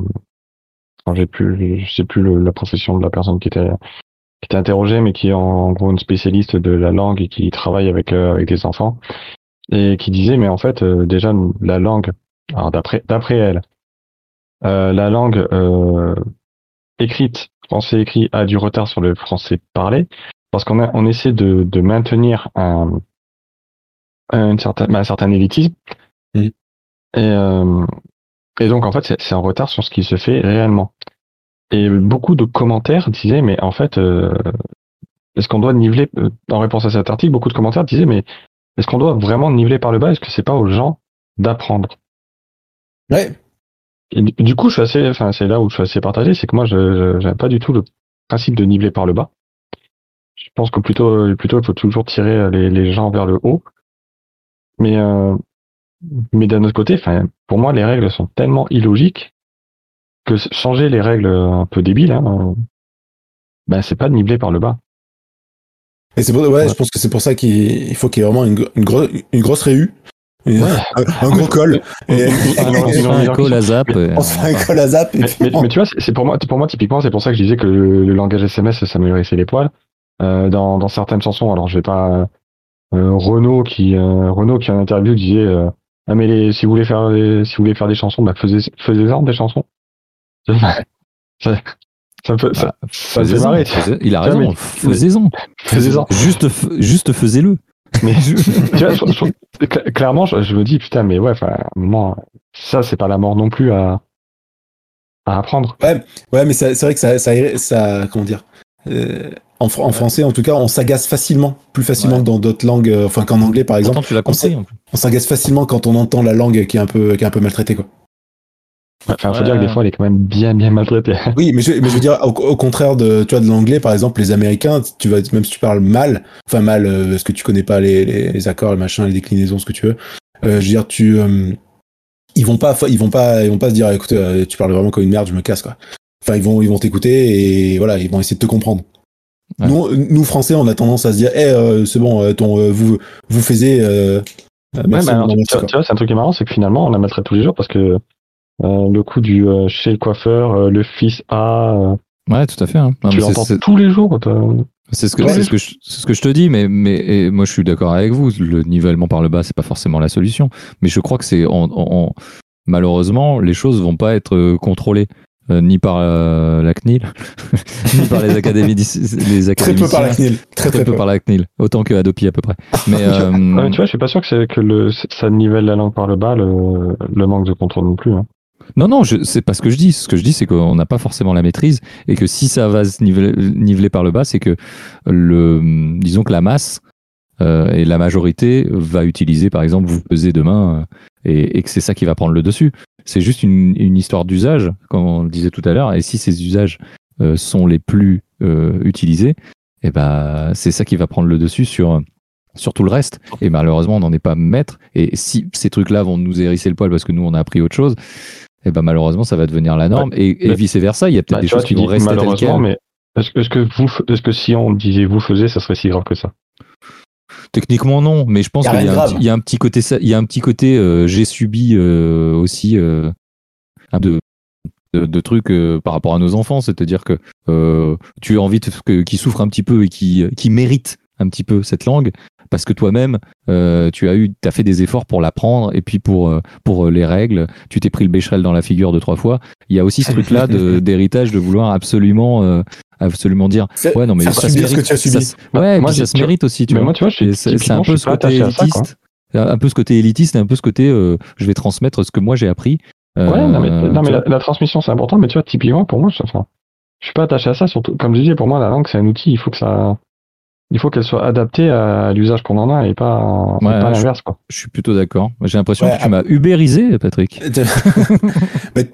Speaker 1: je sais plus la profession de la personne qui était interrogée, mais qui est en gros une spécialiste de la langue et qui travaille avec des enfants, et qui disait, mais en fait, déjà, la langue, alors d'après elle, la langue écrite, français écrit, a du retard sur le français parlé, parce qu'on essaie de maintenir un certain élitisme, et donc en fait c'est en retard sur ce qui se fait réellement. Et beaucoup de commentaires disaient mais en fait est-ce qu'on doit niveler en réponse à cet article, beaucoup de commentaires disaient mais est-ce qu'on doit vraiment niveler par le bas, est-ce que c'est pas aux gens d'apprendre?
Speaker 2: Ouais.
Speaker 1: Et du coup c'est là où je suis assez partagé, c'est que moi j'aime pas du tout le principe de niveler par le bas. Je pense que plutôt il faut toujours tirer les gens vers le haut. Mais d'un autre côté, pour moi, les règles sont tellement illogiques que changer les règles un peu débiles, c'est pas de niveler par le bas.
Speaker 2: Et c'est je pense que c'est pour ça qu'il faut qu'il y ait vraiment une grosse réu, un gros col.
Speaker 3: On se fait un call à zap.
Speaker 2: Mais
Speaker 1: tu vois, c'est pour moi typiquement, c'est pour ça que je disais que le langage SMS, ça me hérissait les poils. Dans certaines chansons, alors je vais pas Renaud qui en interview disait mais si vous voulez faire des chansons, faisez-en des chansons. Ça me fait marrer.
Speaker 3: Il a raison, faisez-en. Juste faisez-le.
Speaker 1: Mais tu vois, clairement, je me dis putain, mais ouais, à un moment, ça c'est pas la mort non plus à apprendre.
Speaker 2: Ouais, mais c'est vrai que ça comment dire. en français, en tout cas, on s'agace facilement, plus facilement que dans d'autres langues, qu'en anglais, par exemple.
Speaker 3: Pourtant, tu l'as compris.
Speaker 2: On s'agace facilement quand on entend la langue qui est un peu maltraitée, quoi.
Speaker 1: Enfin, faut dire que des fois, elle est quand même bien maltraitée.
Speaker 2: Oui, mais je veux dire, au contraire de l'anglais, par exemple, les Américains, même si tu parles mal, parce que tu connais pas les accords, les machins, les déclinaisons, ce que tu veux, je veux dire, ils vont pas se dire, écoute, tu parles vraiment comme une merde, je me casse, quoi. Enfin, ils vont t'écouter et voilà, ils vont essayer de te comprendre. Ouais. Nous, Français, on a tendance à se dire, c'est bon, vous faisiez,
Speaker 1: merci, tu vois, c'est un truc qui est marrant, c'est que finalement, on la maltraite tous les jours parce que le coup du chez le coiffeur, le fils a.
Speaker 3: Ouais, tout à fait. Hein. Non,
Speaker 1: tu l'entends tous les jours.
Speaker 3: C'est ce que je te dis, mais moi je suis d'accord avec vous. Le nivellement par le bas, c'est pas forcément la solution. Mais je crois que c'est malheureusement, les choses vont pas être contrôlées. Ni par la CNIL, ni par les académies.
Speaker 2: Très peu par la CNIL.
Speaker 3: Très peu par la CNIL. Autant que Adopi à peu près. Mais
Speaker 1: tu vois, je suis pas sûr que ça nivelle la langue par le bas, le manque de contrôle non plus. Hein.
Speaker 3: Non, c'est pas ce que je dis. Ce que je dis, c'est qu'on n'a pas forcément la maîtrise et que si ça va se niveler par le bas, c'est que disons que la masse et la majorité va utiliser, par exemple, vous pesez demain et que c'est ça qui va prendre le dessus. C'est juste une histoire d'usage, comme on le disait tout à l'heure. Et si ces usages sont les plus utilisés, et ben c'est ça qui va prendre le dessus sur tout le reste. Et malheureusement, on n'en est pas maître. Et si ces trucs-là vont nous hérisser le poil parce que nous, on a appris autre chose, et ben malheureusement, ça va devenir la norme. Ouais, et vice-versa, il y a peut-être des choses qui vont rester telles quelles.
Speaker 1: Mais est-ce que si on disait vous faisiez, ça serait si grave que ça?
Speaker 3: Techniquement non, mais je pense qu'il y a un petit côté, j'ai subi aussi de trucs par rapport à nos enfants, c'est-à-dire que tu as envie qu'ils souffrent un petit peu et qu'ils méritent un petit peu cette langue parce que toi-même tu as fait des efforts pour l'apprendre et puis pour les règles, tu t'es pris le bécherel dans la figure 2-3 fois. Il y a aussi ce truc-là d'héritage de vouloir absolument dire ouais non mais ça se mérite, ça se mérite aussi, tu vois.
Speaker 1: Moi tu vois, c'est un peu ce côté élitiste,
Speaker 3: un peu ce côté élitiste et un peu ce côté je vais transmettre ce que moi j'ai appris.
Speaker 1: Non mais la transmission c'est important, mais tu vois typiquement pour moi je suis pas attaché à ça, surtout comme je disais, pour moi la langue c'est un outil, il faut qu'elle soit adaptée à l'usage qu'on en a et pas l'inverse, quoi.
Speaker 3: Je suis plutôt d'accord. J'ai l'impression que tu m'as ubérisé, Patrick.
Speaker 2: Mais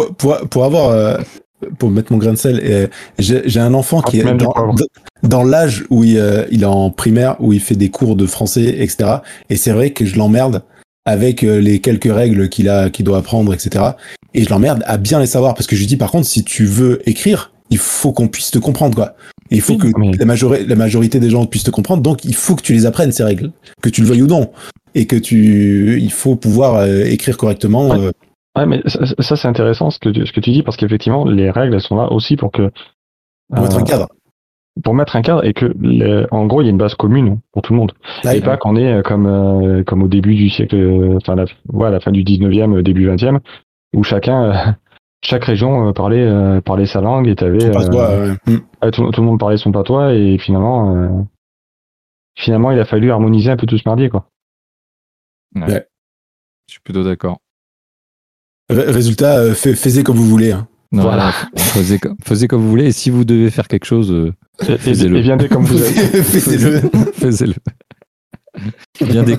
Speaker 2: pour mettre mon grain de sel, j'ai un enfant qui est dans l'âge où il est en primaire, où il fait des cours de français, etc. Et c'est vrai que je l'emmerde avec les quelques règles qu'il doit apprendre, etc. Et je l'emmerde à bien les savoir, parce que je lui dis, par contre, si tu veux écrire, il faut qu'on puisse te comprendre, quoi. Et il faut que la majorité des gens puissent te comprendre, donc il faut que tu les apprennes, ces règles, que tu le veuilles ou non, et que il faut pouvoir écrire correctement.
Speaker 1: Ouais, mais ça c'est intéressant ce que tu dis, parce qu'effectivement les règles elles sont là aussi pour
Speaker 2: mettre un cadre.
Speaker 1: Pour mettre un cadre et que en gros il y a une base commune pour tout le monde. Et pas qu'on est comme au début du siècle, la fin du 19e, début 20e, où chaque région parlait sa langue et t'avais tout le monde parlait son patois, et finalement il a fallu harmoniser un peu tout ce merdier, quoi.
Speaker 3: Ouais. Je suis plutôt d'accord.
Speaker 2: Résultat, faites comme vous voulez. Hein.
Speaker 3: Non, voilà. Faites comme vous voulez, et si vous devez faire quelque chose, faites-le.
Speaker 1: Et viendez comme vous êtes.
Speaker 3: Faites-le. Viendez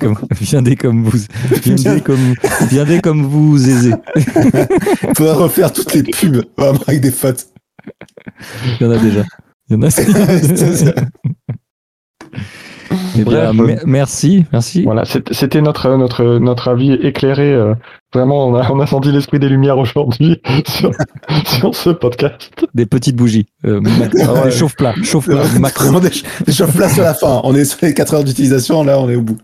Speaker 3: comme vous aisez.
Speaker 2: Il faudra refaire toutes les pubs avec des fautes.
Speaker 3: Il y en a déjà. Bref, merci.
Speaker 1: Voilà, c'était notre avis éclairé. Vraiment, on a senti l'esprit des Lumières aujourd'hui sur ce podcast.
Speaker 3: Des petites bougies. Des chauffe-plats.
Speaker 2: Vraiment des chauffe-plats sur la fin. On est sur les 4 heures d'utilisation, là, on est au bout.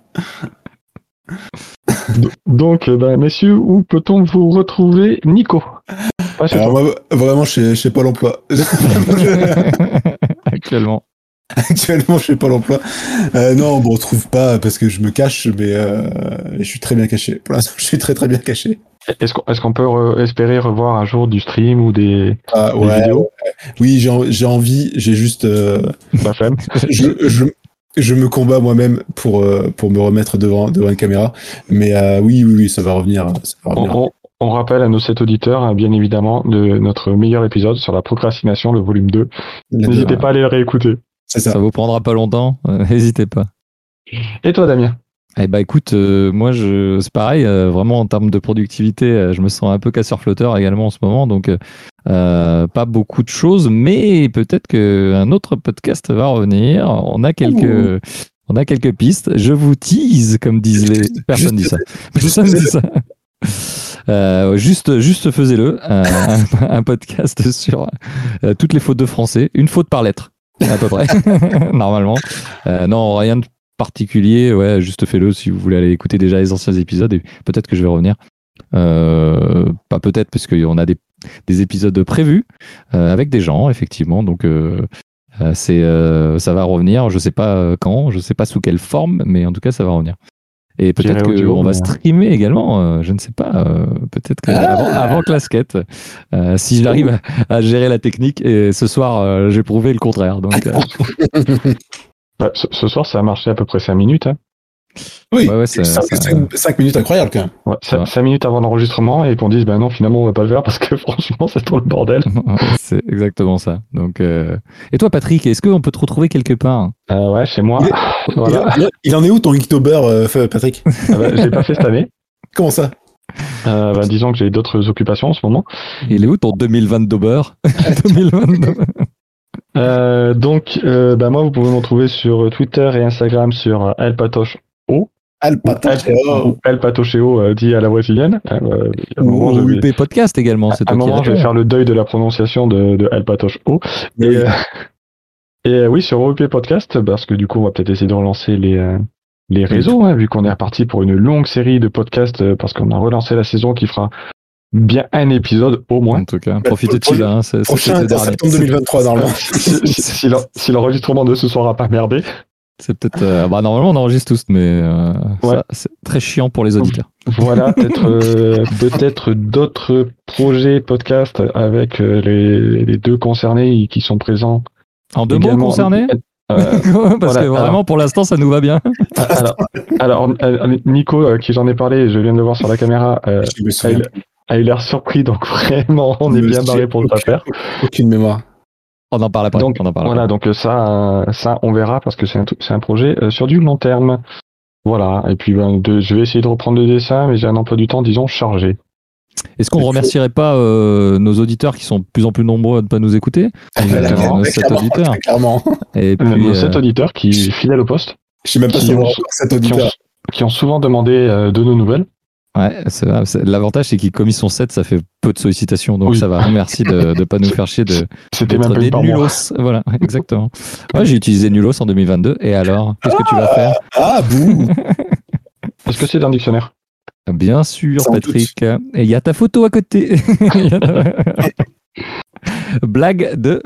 Speaker 1: Donc, messieurs, où peut-on vous retrouver, Nico?
Speaker 2: Alors, moi, vraiment, chez Pôle emploi.
Speaker 3: Actuellement,
Speaker 2: chez Pôle emploi. Non, on me retrouve pas parce que je me cache, mais je suis très bien caché. Pour l'instant, je suis très très bien caché.
Speaker 1: Est-ce qu'on peut espérer revoir un jour du stream ou des vidéos?
Speaker 2: Oui, j'ai envie, j'ai juste
Speaker 1: la flemme.
Speaker 2: Je me combats moi-même pour me remettre devant une caméra, mais oui, ça va revenir.
Speaker 1: On rappelle à nos 7 auditeurs, bien évidemment, de notre meilleur épisode sur la procrastination, le volume 2. N'hésitez pas à aller le réécouter.
Speaker 2: C'est ça.
Speaker 3: Ça vous prendra pas longtemps. N'hésitez pas.
Speaker 1: Et toi, Damien?
Speaker 3: Eh ben écoute, moi c'est pareil, vraiment en termes de productivité, je me sens un peu casseur-flotteur également en ce moment, donc pas beaucoup de choses, mais peut-être qu'un autre podcast va revenir. On a quelques pistes. Je vous tease, comme disent les. Personne dit ça. Personne dit ça. Juste faisez-le. Un podcast sur toutes les fautes de français, une faute par lettre, à peu près, normalement. Non, rien de particulier, ouais, juste fais-le si vous voulez aller écouter déjà les anciens épisodes et peut-être que je vais revenir. Pas peut-être parce qu'on a des épisodes prévus avec des gens effectivement, donc ça va revenir. Je sais pas quand, je sais pas sous quelle forme, mais en tout cas ça va revenir. Et peut-être qu'on va streamer également, je ne sais pas, peut-être que avant Clasquette, si j'arrive à gérer la technique, et ce soir j'ai prouvé le contraire. Donc,
Speaker 1: ce soir, ça a marché à peu près 5 minutes. Hein.
Speaker 2: Oui, ouais, c'est 5 minutes incroyables quand même.
Speaker 1: Ouais, 5 minutes avant l'enregistrement et qu'on dise non, finalement on va pas le faire parce que franchement c'est trop le bordel.
Speaker 3: C'est exactement ça. Donc, et toi Patrick, est-ce qu'on peut te retrouver quelque part?
Speaker 1: Ouais, chez moi.
Speaker 2: Il en est où ton Inktober, Patrick?
Speaker 1: Je l'ai pas fait cette année.
Speaker 2: Comment ça?
Speaker 1: Disons que j'ai d'autres occupations en ce moment.
Speaker 3: Il est où ton 2022 beurre? 2022.
Speaker 1: Donc, moi, vous pouvez me retrouver sur Twitter et Instagram sur Elpatoche O. Elpatocheo dit à la brésilienne.
Speaker 3: Ou UP Podcast également.
Speaker 1: À un moment, je vais faire le deuil de la prononciation de Elpatoche O. Et oui, sur UP Podcast, parce que du coup, on va peut-être essayer de relancer les réseaux, hein, vu qu'on est reparti pour une longue série de podcasts, parce qu'on a relancé la saison qui fera bien un épisode au moins.
Speaker 3: En tout cas, profitez de celui-là.
Speaker 2: Prochain est en septembre 2023 normalement.
Speaker 1: Si l'enregistrement de ce soir a pas merdé.
Speaker 3: C'est peut-être. Normalement, on enregistre tous, mais ça, c'est très chiant pour les auditeurs.
Speaker 1: Voilà, peut-être d'autres projets podcasts avec les deux concernés qui sont présents.
Speaker 3: En deux mots concernés parce que vraiment, pour l'instant, ça nous va bien.
Speaker 1: Alors Nico, qui j'en ai parlé, je viens de le voir sur la caméra, a eu l'air surpris, donc vraiment, on est bien barré pour le pas faire.
Speaker 2: Aucune mémoire.
Speaker 3: On en parle après.
Speaker 1: Donc, donc ça, on verra parce que c'est un projet sur du long terme. Voilà. Et puis, je vais essayer de reprendre le dessin, mais j'ai un emploi du temps, disons, chargé.
Speaker 3: Est-ce qu'on ne remercierait pas nos auditeurs qui sont de plus en plus nombreux à ne pas nous écouter?
Speaker 2: Nos 7 auditeurs. Clairement.
Speaker 1: Et puis, nos 7 auditeurs qui, fidèles au poste,
Speaker 2: je sais même pas si on a encore 7 auditeurs.
Speaker 1: Qui ont souvent demandé de nos nouvelles.
Speaker 3: Ouais, l'avantage, c'est qu'ils, comme ils sont 7, ça fait peu de sollicitations. Donc, ça va. Merci de ne pas nous faire chier
Speaker 1: C'était même pas
Speaker 3: des nulos. Voilà, exactement. Ouais, j'ai utilisé nulos en 2022. Et alors, qu'est-ce que tu vas faire?
Speaker 2: Bouh.
Speaker 1: Est-ce que c'est dans le dictionnaire?
Speaker 3: Bien sûr, Patrick. Et il y a ta photo à côté. Blague de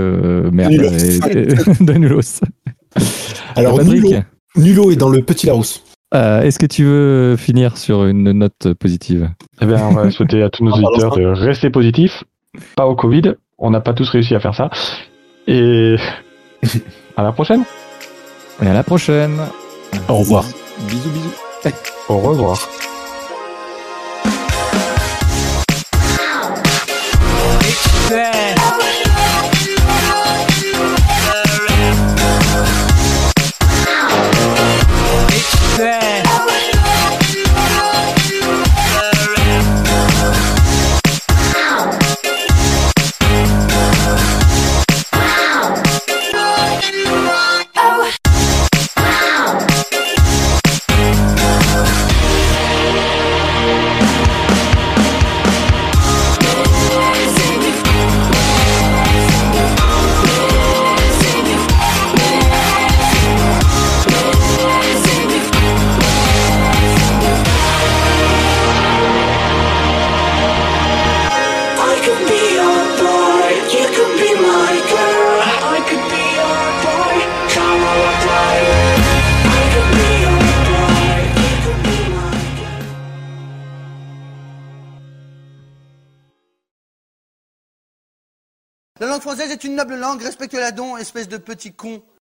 Speaker 3: de nulos.
Speaker 2: Alors,
Speaker 3: Patrick,
Speaker 2: Nulo est dans le Petit Larousse.
Speaker 3: Est-ce que tu veux finir sur une note positive?
Speaker 1: Eh bien, on va souhaiter à tous nos auditeurs de rester positifs, pas au Covid. On n'a pas tous réussi à faire ça. Et à la prochaine.
Speaker 3: Et à la prochaine.
Speaker 2: Au revoir.
Speaker 3: Bisous, bisous.
Speaker 1: Au revoir.
Speaker 4: La langue française est une noble langue, respectez-la donc, espèce de petit con.